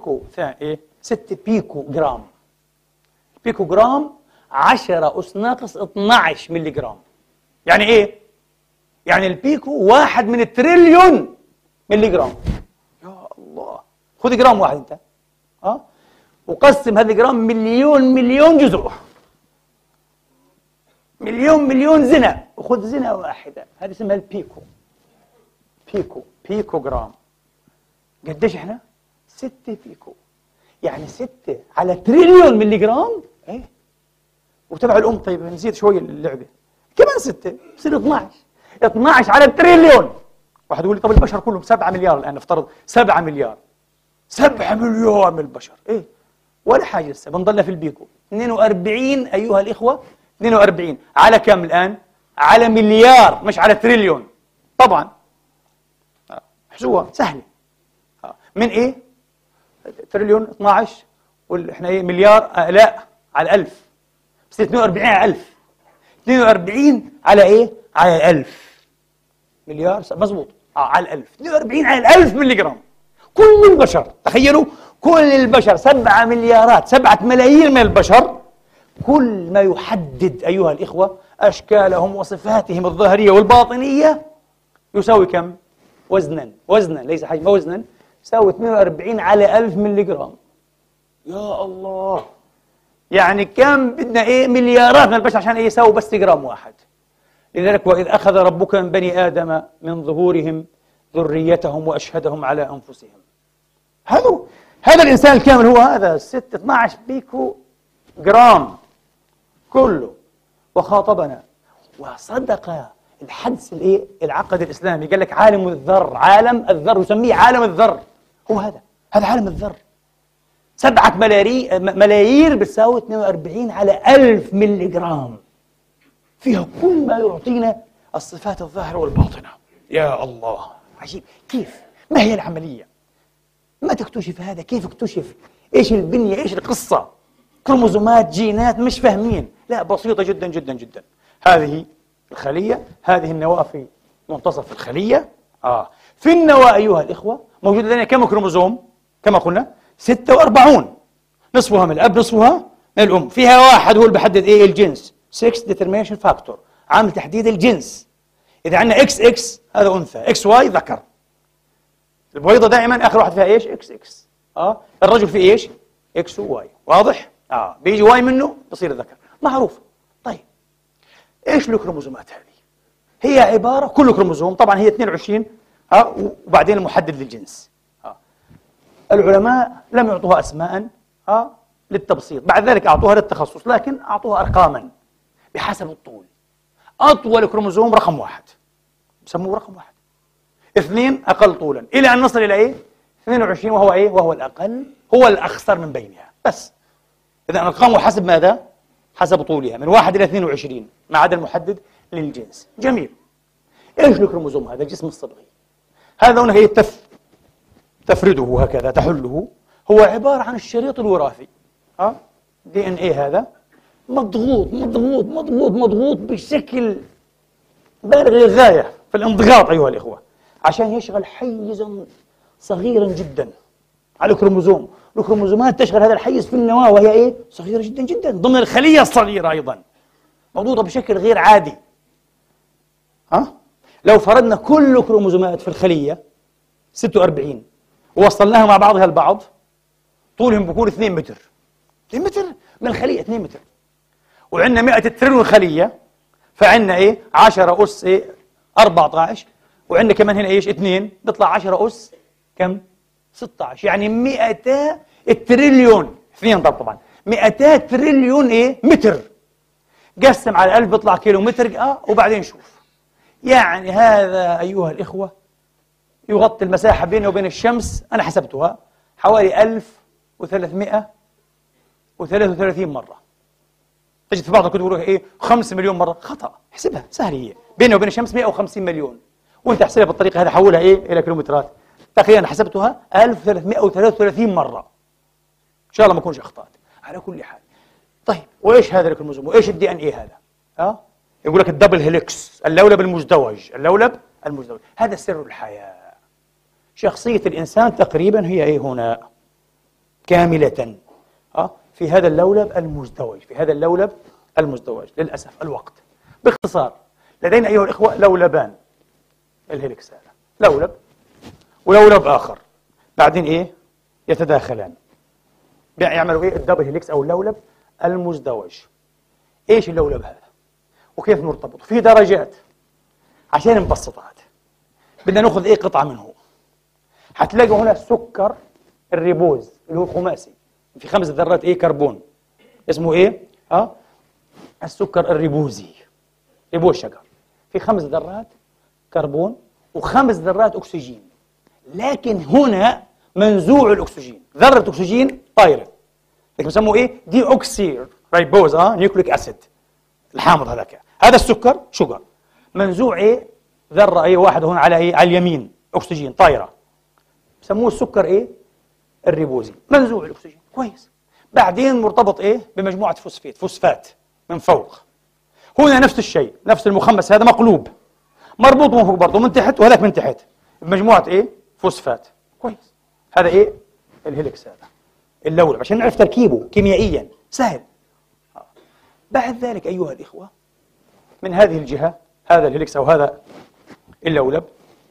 بيكو جرام. بيكو جرام 10 أس ناقص 12 ملي جرام. يعني يعني البيكو 1 من التريليون ملي جرام. يا الله، خذ جرام واحد أنت وقسم هذا الجرام مليون جزء، مليون زنة، وخذ زنة واحدة، هذه اسمها البيكو. بيكو جرام. قديش احنا؟ 6 بيكو، يعني 6 على تريليون ملي جرام. ايه وتبع الأم. طيب نزيد شوي اللعبة، كمان 6 بصير 12 على التريليون. واحد يقول لي طب البشر كلهم 7 مليار الآن، نفترض 7 مليار، 7 مليار من البشر. ايه ولا حاجة، لسه بنضلنا في البيكو. 42 أيها الإخوة، 42 على كم الآن؟ على مليار، مش على تريليون. طبعا احسبوها سهلة. من ايه؟ تريليون 12 احنا ايه مليار؟ لا، على 1000 بصير 42 على 1000. 42 على ايه؟ على 1000 مليار، مضبوط. على 1000. 42 على 1000 ملي جرام. كل البشر، تخيلوا، كل البشر 7 مليارات، 7 ملايين من البشر، كل ما يحدد أيها الإخوة أشكالهم وصفاتهم الظاهرية والباطنية يساوي كم؟ وزنا ليس حجما، وزنا يساوي 42 على 1000 ملي جرام. يا الله، يعني كم بدنا إيه؟ مليارات من البشر عشان إيه يساوي بس جرام واحد. لذلك وإذ أخذ ربك من بني آدم من ظهورهم ذريتهم وأشهدهم على أنفسهم. هذا الإنسان الكامل هو هذا 12 بيكو جرام كله. وخاطبنا وصدق الحدس العقد الإسلامي، قال لك عالم الذر، عالم الذر، يسميه عالم الذر. هو هذا عالم الذر. 7 ملايير بتساوي 42 على 1000 ملي جرام، فيها كل ما يعطينا الصفات الظاهرة والباطنة. يا الله، عجيب. كيف؟ ما هي العملية؟ ما تكتشف هذا؟ كيف اكتشف؟ ايش البنية؟ ايش القصة؟ كروموزومات، جينات، مش فاهمين. لا، بسيطة جدا جدا جدا. هذه الخلية، هذه النواة في منتصف الخلية. في النواة أيها الإخوة موجود لدينا كم كروموزوم؟ كما قلنا 46، نصفها من الأب نصفها من الأم. فيها واحد هو اللي بحدد إيه؟ الجنس. 6 determination factor، عامل تحديد الجنس. إذا عندنا XX هذا أنثى، XY ذكر. البويضة دائما آخر واحد فيها إيش؟ XX. الرجل فيه إيش؟ X و Y. واضح؟ بيجي Y منه بصير ذكر، معروف. طيب إيش الكروموزومات هذه؟ هي عبارة، كل كروموزوم طبعا هي 22 وبعدين المحدد للجنس. العلماء لم يعطوها أسماء للتبسيط، بعد ذلك أعطوها للتخصص، لكن أعطوها أرقاما بحسب الطول. أطول كروموزوم رقم 1 بسموه رقم 1. 2 أقل طولا، إلى أن نصل إلى إيه؟ 22 وهو إيه؟ وهو الأقل، هو الأخصر من بينها. بس إذا أرقامه حسب ماذا؟ حسب طولها، من 1 إلى 22 ما عدا المحدد للجنس. جميل. إيش الكروموزوم هذا؟ الجسم الصبغي هذا هنا هي تفرده هكذا، تحله. هو عبارة عن الشريط الوراثي. DNA هذا مضغوط مضغوط مضغوط مضغوط بشكل بالغ للغاية في الانضغاط أيها الإخوة، عشان يشغل حيزا صغيرا جدا على الكروموزوم. الكروموزومات تشغل هذا الحيز في النواة وهي إيه؟ صغيرة جدا جدا، ضمن الخلية الصغيرة أيضا، مضغوطة بشكل غير عادي. لو فرضنا كل كروموزومات في الخلية 46 ووصلناها مع بعضها البعض، طولهم بيكون 2 متر. 2 متر من الخلية، 2 متر. وعندنا 100 تريليون خلية، فعندنا إيه؟ 10 أس إيه؟ 14، وعندنا كمان هنا إيش؟ 2، بيطلع 10 أس كم؟ 16، يعني 200 تريليون، 2 طبعا 200 تريليون إيه؟ متر. قسم على 1000 بيطلع كيلو متر. وبعدين شوف، يعني هذا أيها الإخوة يغطي المساحة بينه وبين الشمس، أنا حسبتها حوالي 1333 مرة. تجد في بعض الكتب يقولوا إيه 5 مليون مرة. خطأ، احسبها سهل، هي بينه وبين الشمس 150 مليون، وأنت احسبها بالطريقة هذه، حولها إيه إلى كيلومترات. تقريبا حسبتها 1333 مرة. إن شاء الله ما أكونش أخطأت. على كل حال، طيب وإيش هذا الكروموزوم؟ وإيش الDNA هذا؟ يقول لك الدبل هيليكس، اللولب المزدوج، اللولب المزدوج. هذا سر الحياة. شخصية الإنسان تقريبا هي إيه هنا؟ كاملة في هذا اللولب المزدوج، في هذا اللولب المزدوج. للأسف الوقت. باختصار، لدينا أيها الإخوة لولبان، الهيلكس هذا لولب ولولب آخر، بعدين إيه؟ يتداخلان، يعملوا إيه؟ الدبل هيلكس أو اللولب المزدوج. إيش اللولب هذا؟ وكيف مرتبط؟ في درجات. عشان نبسطها بدنا نأخذ إيه قطعة منه. هتلاقوا هنا السكر الريبوز اللي هو الخماسي في 5 ذرات إيه كربون، اسمه إيه؟ السكر الريبوزي، ريبوز شجر، في 5 ذرات كربون و5 ذرات أكسجين. لكن هنا منزوع الأكسجين، ذرة أكسجين طايرة، لكن بسموه إيه؟ دي أوكسي ريبوز نيوكليك أسيد، الحامض هذاك. هذا السكر شجر منزوع إيه؟ ذرة إيه واحدة هنا على إيه؟ على اليمين أكسجين طايرة، بسموه السكر إيه؟ الريبوزي، منزوع الأكسجين. كويس. بعدين مرتبط إيه؟ بمجموعة فوسفات من فوق. هنا نفس الشيء، نفس المخمس هذا مقلوب، مربوط من فوق برضه من تحت وهذاك من تحت بمجموعة إيه؟ فوسفات. كويس. هذا إيه؟ الهيلكس هذا اللولب، عشان نعرف تركيبه كيميائيا سهل. بعد ذلك أيها الإخوة، من هذه الجهة هذا الهيلكس أو هذا اللولب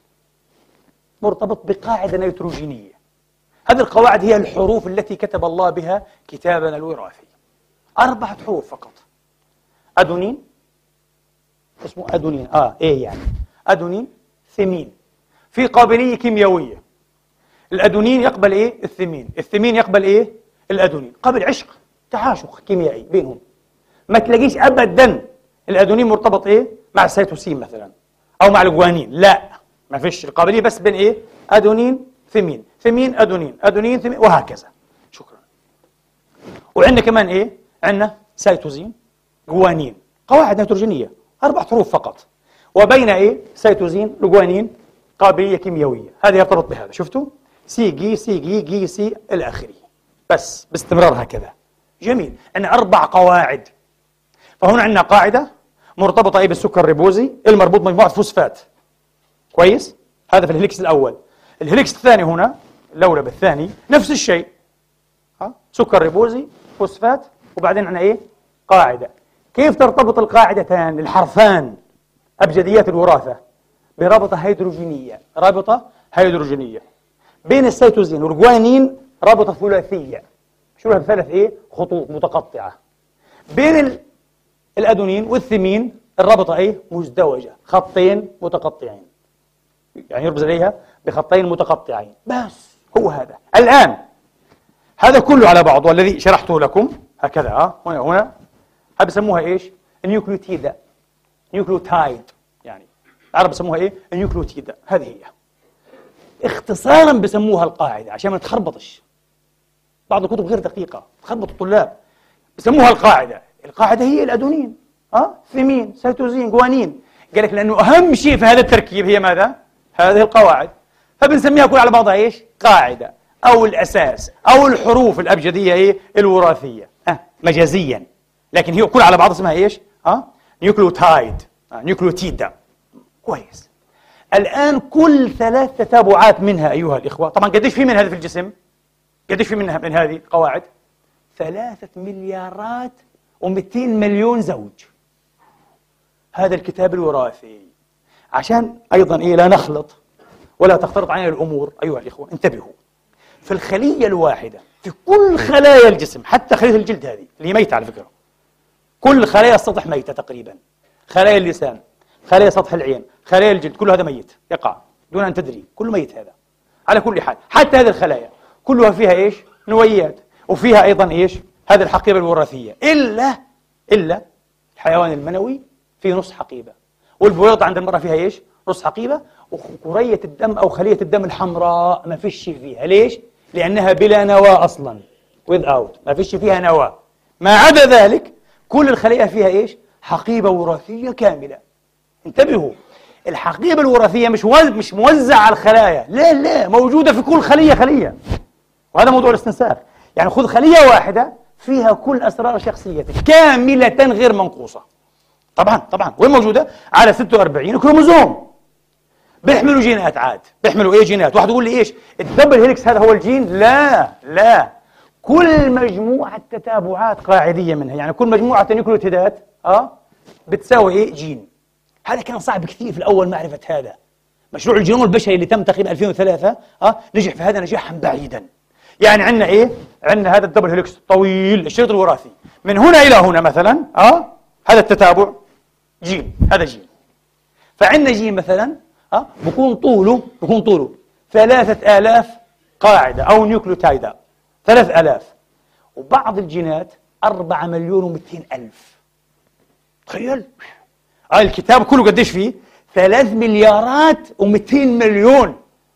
مرتبط بقاعدة نيتروجينية. هذه القواعد هي الحروف التي كتب الله بها كتابنا الوراثي. 4 حروف فقط. أدونين، اسمه أدونين إيه يعني أدونين، ثيمين. في قابلية كيميائية، الأدونين يقبل إيه؟ الثيمين، الثيمين يقبل إيه؟ الأدونين، قبل عشق تعاشق كيميائي بينهم. ما تلاقيش أبدا الأدونين مرتبط إيه؟ مع السيتوسين مثلا أو مع الجوانين، لا، ما فيش القابلية بس بين إيه؟ أدونين ثيمين، ثيمين أدونين، أدونين ثيمين، وهكذا. شكرا. وعندنا كمان إيه؟ عندنا سيتوزين جوانين، قواعد نيتروجينية، 4 حروف فقط، وبين إيه؟ سيتوزين وجوانين قابلية كيميائية. هذا يرتبط بهذا، شفتوا؟ سي جي سي جي جي سي إلى آخره، بس باستمرار هكذا. جميل. عندنا 4 قواعد. فهنا عندنا قاعدة مرتبطة إيه؟ بالسكر الريبوزي المربوط بمجموعة فوسفات. كويس؟ هذا في الهليكس الأول. الهليكس الثاني هنا اللولب الثاني نفس الشيء، سكر ريبوزي فوسفات، وبعدين عندنا إيه؟ قاعدة. كيف ترتبط القاعدتان الحرفان أبجديات الوراثة؟ برابطة هيدروجينية، رابطة هيدروجينية بين السيتوزين والجوانين، رابطة ثلاثية، شو الثلاث إيه؟ خطوط متقطعة. بين الأدونين والثيمين الرابطة إيه؟ مزدوجة، خطين متقطعين، يعني يرمز إليها بخطين متقطعين. بس هو هذا. الآن هذا كله على بعض، والذي شرحته لكم هكذا هنا هذا بسموها إيش؟ النيوكليوتيدة، نيوكليوتايد، يعني العرب بسموها إيه؟ النيوكليوتيدة. هذه هي اختصارا بسموها القاعدة عشان ما تخربطش. بعض الكتب غير دقيقة تخربط الطلاب، بسموها القاعدة. القاعدة هي الأدونين، ثيمين، سيتوزين، جوانين. قال لك لأنه أهم شيء في هذا التركيب هي ماذا؟ هذه القواعد، فبنسميها كلها على بعضها إيش؟ قاعدة أو الأساس أو الحروف الأبجدية إيه؟ الوراثية مجازيا، لكن هي كلها على بعضها اسمها إيش؟ نيوكليوتايد، نيوكليوتيدا. كويس. الآن كل 3 تتابعات منها أيها الإخوة، طبعا قديش في من هذا في الجسم؟ قديش في منها من هذه القواعد؟ 3 مليارات و200 مليون زوج. هذا الكتاب الوراثي. عشان أيضا إيه لا نخلط ولا تختلط علينا الأمور أيها الإخوة، انتبهوا. في الخلية الواحدة في كل خلايا الجسم، حتى خلية الجلد هذه اللي هي ميتة على فكرة، كل خلايا السطح ميتة تقريبا، خلايا اللسان، خلايا سطح العين، خلايا الجلد، كل هذا ميت يقع دون أن تدري، كله ميت هذا. على كل حال حتى هذه الخلايا كلها فيها إيش؟ نويات، وفيها أيضا إيش؟ هذه الحقيبة الوراثية، إلا الحيوان المنوي فيه نص حقيبة، والبويضة عند المرأة فيها إيش؟ نص حقيبة، وكرية الدم أو خلية الدم الحمراء ما فيش فيها. ليش؟ لأنها بلا نواة أصلا، without، ما فيش فيها نواة. ما عدا ذلك كل الخلية فيها إيش؟ حقيبة وراثية كاملة. انتبهوا، الحقيبة الوراثية مش موزعة على الخلايا، لا، موجودة في كل خلية، وهذا موضوع الاستنساخ. يعني خذ خلية واحدة فيها كل أسرار شخصيتك كاملة غير منقوصة. طبعا وين موجودة؟ على 46 كروموزوم، بيحملوا جينات عاد، بيحملوا ايه جينات. واحد يقول لي ايش؟ الدبل هيلكس هذا هو الجين؟ لا، كل مجموعة تتابعات قاعدية منها، يعني كل مجموعة نيوكليوتيدات بتساوي ايه؟ جين. هذا كان صعب كثير في الأول معرفة هذا، مشروع الجينوم البشري اللي تم تقريبا 2003 نجح في هذا نجاحا بعيدا. يعني عندنا ايه؟ عندنا هذا الدبل هيلكس الطويل، الشريط الوراثي من هنا الى هنا مثلا، هذا التتابع جين، هذا جين. فعندنا جين مثلا بكون طوله 3000 قاعدة أو نيوكليوتايدة، 3000. وبعض الجينات 4,200,000. تخيل الكتاب كله قديش فيه؟ 3,200,000,000.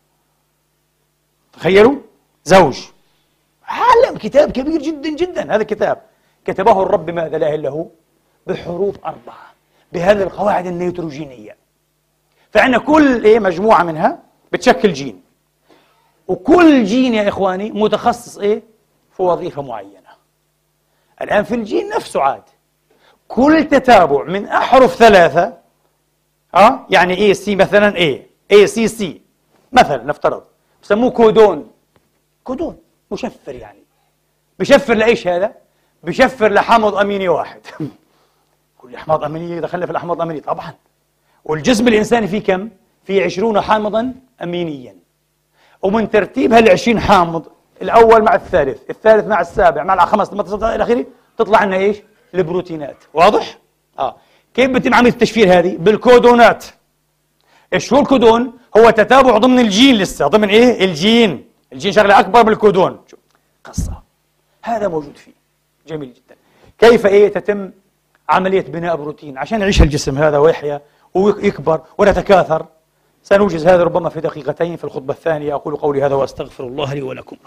تخيلوا، زوج عالم، كتاب كبير جدا جدا. هذا الكتاب كتبه الرب ماذا لا إلا هو، بحروف 4، بهذه القواعد النيتروجينية. فعندنا كل مجموعة منها بتشكل جين، وكل جين يا إخواني متخصص في وظيفة معينة. الآن في الجين نفسه عاد كل تتابع من أحرف 3 يعني اي سي مثلا، اي سي سي مثلا نفترض، بسموه كودون. كودون مشفر، يعني بشفر لإيش هذا؟ بشفر لحامض أميني واحد. كل أحماض أمينية دخلنا في الأحماض الأمينية طبعا. والجسم الإنساني فيه كم؟ فيه 20 حامضا أمينيا، ومن ترتيب هال20 حامض الأول مع الثالث، الثالث مع السابع، مع الخامس، لما تصل إلى آخره، تطلع لنا إيش؟ البروتينات. واضح؟ كيف بتتم عملية التشفير هذه؟ بالكودونات. إيش هو الكودون؟ هو تتابع ضمن الجين، لسه ضمن الجين شغلة أكبر من الكودون. قصة هذا موجود فيه. جميل جدا. كيف تتم عملية بناء بروتين عشان يعيش الجسم هذا ويحيا ويكبر ونتكاثر؟ سنوجز هذا ربما في دقيقتين في الخطبة الثانية. أقول قولي هذا وأستغفر الله لي ولكم.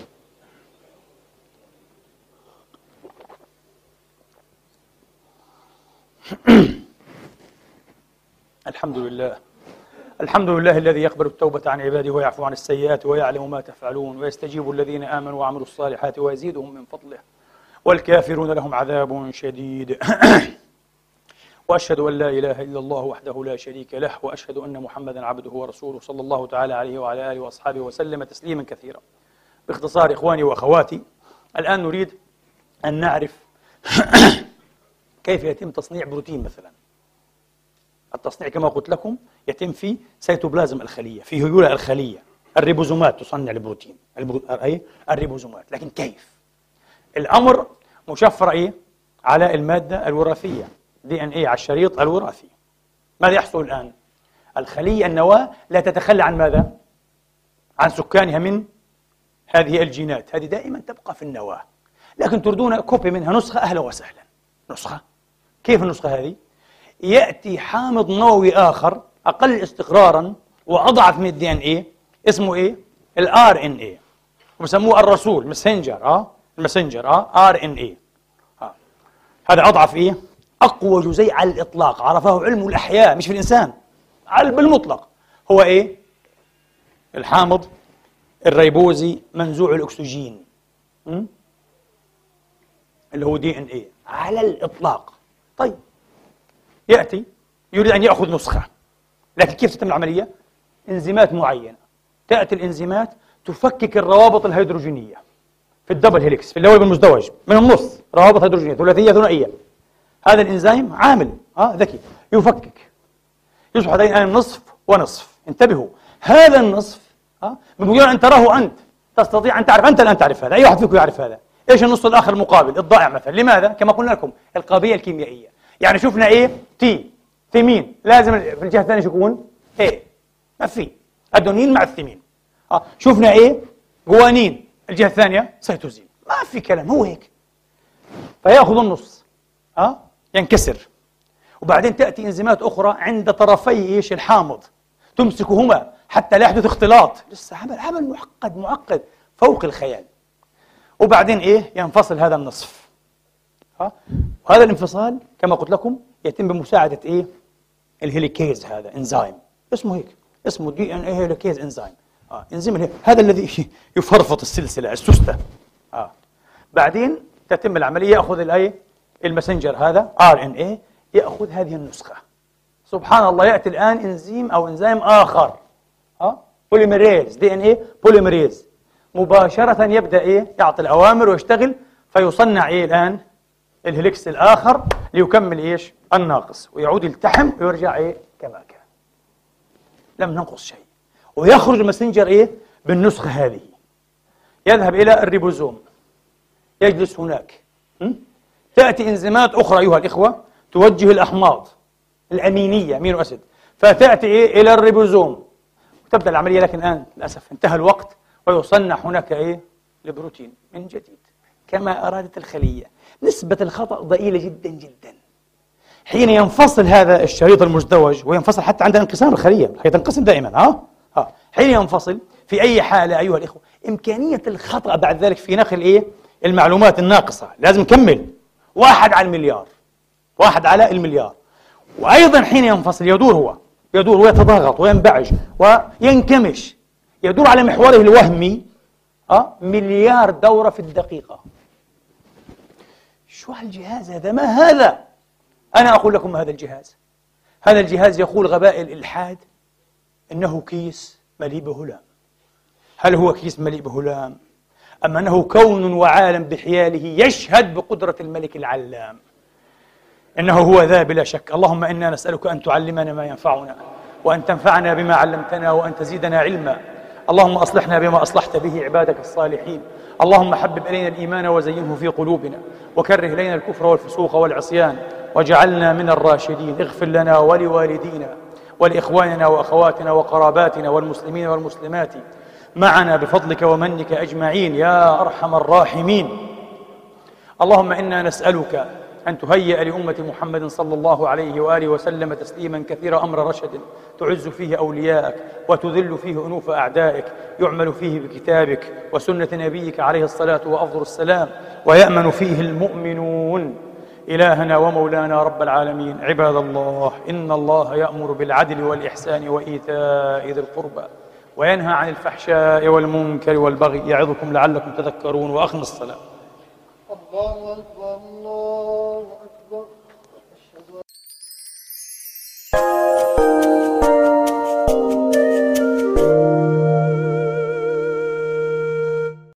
الحمد لله الذي يقبل التوبة عن عباده ويعفو عن السيئات ويعلم ما تفعلون ويستجيب الذين آمنوا وعملوا الصالحات ويزيدهم من فضله والكافرون لهم عذاب شديد. وأشهد أن لا إله إلا الله وحده لا شريك له، وأشهد أن محمدا عبده ورسوله صلى الله تعالى عليه وعلى آله وأصحابه وسلم تسليما كثيرا. باختصار إخواني وأخواتي، الآن نريد أن نعرف كيف يتم تصنيع بروتين مثلا. التصنيع كما قلت لكم يتم في سيتوبلازم الخلية، في هيولة الخلية. الريبوزومات تصنع البروتين، الريبوزومات. لكن كيف؟ الأمر مشفر على المادة الوراثية، DNA على الشريط الوراثي. ماذا يحصل الآن؟ الخلية النواة لا تتخلى عن ماذا؟ عن سكانها من هذه الجينات. هذه دائما تبقى في النواة، لكن تريدون كوبي منها، نسخة، أهلا وسهلا. نسخة؟ كيف النسخة هذه؟ يأتي حامض نووي آخر أقل استقرارا وأضعف من DNA، اسمه الRNA، وبسموه الرسول، مسنجر، المسنجر، RNA. هذا أضعف أقوى جزيء على الإطلاق، عرفه علم الأحياء مش في الإنسان، بالمطلق. هو الحامض الريبوزي منزوع الأكسجين، اللي هو DNA على الإطلاق. طيب، يأتي يريد أن يأخذ نسخة، لكن كيف تتم العملية؟ إنزيمات معينة. تأتي الإنزيمات تفكك الروابط الهيدروجينية في الدبل هيليكس، في اللويب المزدوج، من النص روابط هيدروجينية ثلاثية ثنائية. هذا الإنزيم عامل ذكي يفكك، يصبح هذين الآن نصف ونصف. انتبهوا، هذا النصف بمجرد أن تراه أنت تستطيع أن تعرف، أنت الآن تعرف هذا، أي واحد فيكم يعرف هذا. إيش النصف الآخر المقابل الضائع مثلا؟ لماذا؟ كما قلنا لكم القابلية الكيميائية. يعني شفنا تي، ثيمين، لازم في الجهة الثانية شو يكون؟ ما في أدونين مع الثيمين. شفنا جوانين، الجهة الثانية سيتوزين. ما في كلام، هو هيك. فيأخذ النص، ينكسر، وبعدين تأتي إنزيمات أخرى عند طرفي الحامض تمسكهما حتى لا يحدث اختلاط. لسه عمل معقد فوق الخيال. وبعدين ينفصل هذا النصف. وهذا الانفصال كما قلت لكم يتم بمساعدة الهيليكيز. هذا انزيم اسمه هيك، اسمه DNA هيليكيز انزيم. انزيم هذا الذي يفرفط السلسلة السوستة. بعدين تتم العملية، يأخذ المسنجر هذا RNA، يأخذ هذه النسخة. سبحان الله، يأتي الآن إنزيم أو إنزيم آخر، بوليميريز، DNA بوليميريز، مباشرة يبدأ يعطي الأوامر ويشتغل، فيصنع الآن الهليكس الآخر ليكمل الناقص، ويعود يلتحم ويرجع كما كان. لم ننقص شيء. ويخرج الماسنجر إيه؟ بالنسخة هذه، يذهب إلى الريبوزوم، يجلس هناك، تأتي إنزيمات أخرى أيها الإخوة توجه الأحماض الأمينية، أمينو أسيد، فتأتي إيه؟ إلى الريبوزوم، وتبدأ العملية. لكن الآن للأسف انتهى الوقت، ويصنع هناك إيه؟ البروتين من جديد كما أرادت الخلية. نسبة الخطأ ضئيلة جدا جدا. حين ينفصل هذا الشريط المزدوج، وينفصل حتى عند انقسام الخلية، هي تنقسم دائما، حين ينفصل في أي حالة أيها الإخوة، إمكانية الخطأ بعد ذلك في نقل إيه؟ المعلومات الناقصة، لازم نكمل 1 على المليار، 1 على المليار. وأيضا حين ينفصل يدور ويتضاغط وينبعج وينكمش، يدور على محوره الوهمي 1,000,000,000 دورة في الدقيقة. شو هالجهاز هذا؟ ما هذا؟ أنا أقول لكم هذا الجهاز يقول غباء الإلحاد إنه كيس مليء بهلام. هل هو كيس مليء بهلام؟ أم أنه كون وعالم بحياله يشهد بقدرة الملك العلام؟ إنه هو ذا بلا شك. اللهم إنا نسألك أن تعلمنا ما ينفعنا، وأن تنفعنا بما علمتنا، وأن تزيدنا علما. اللهم أصلحنا بما أصلحت به عبادك الصالحين. اللهم حبب إلينا الإيمان وزينه في قلوبنا، وكره إلينا الكفر والفسوق والعصيان، واجعلنا من الراشدين. اغفر لنا ولوالدينا ولإخواننا وأخواتنا وقراباتنا والمسلمين والمسلمات معنا بفضلك ومنك أجمعين يا أرحم الراحمين. اللهم إنا نسألك أن تهيئ لأمة محمد صلى الله عليه وآله وسلم تسليما كثير أمر رشد، تعز فيه أولياءك وتذل فيه أنوف أعدائك، يعمل فيه بكتابك وسنة نبيك عليه الصلاة وأفضل السلام، ويأمن فيه المؤمنون. إلهنا ومولانا رب العالمين، عباد الله، إن الله يأمر بالعدل والإحسان وإيتاء ذي القربى، وينهى عن الفحشاء والمنكر والبغي، يعظكم لعلكم تذكرون. وأقم الصلاة. الله أكبر الله أكبر.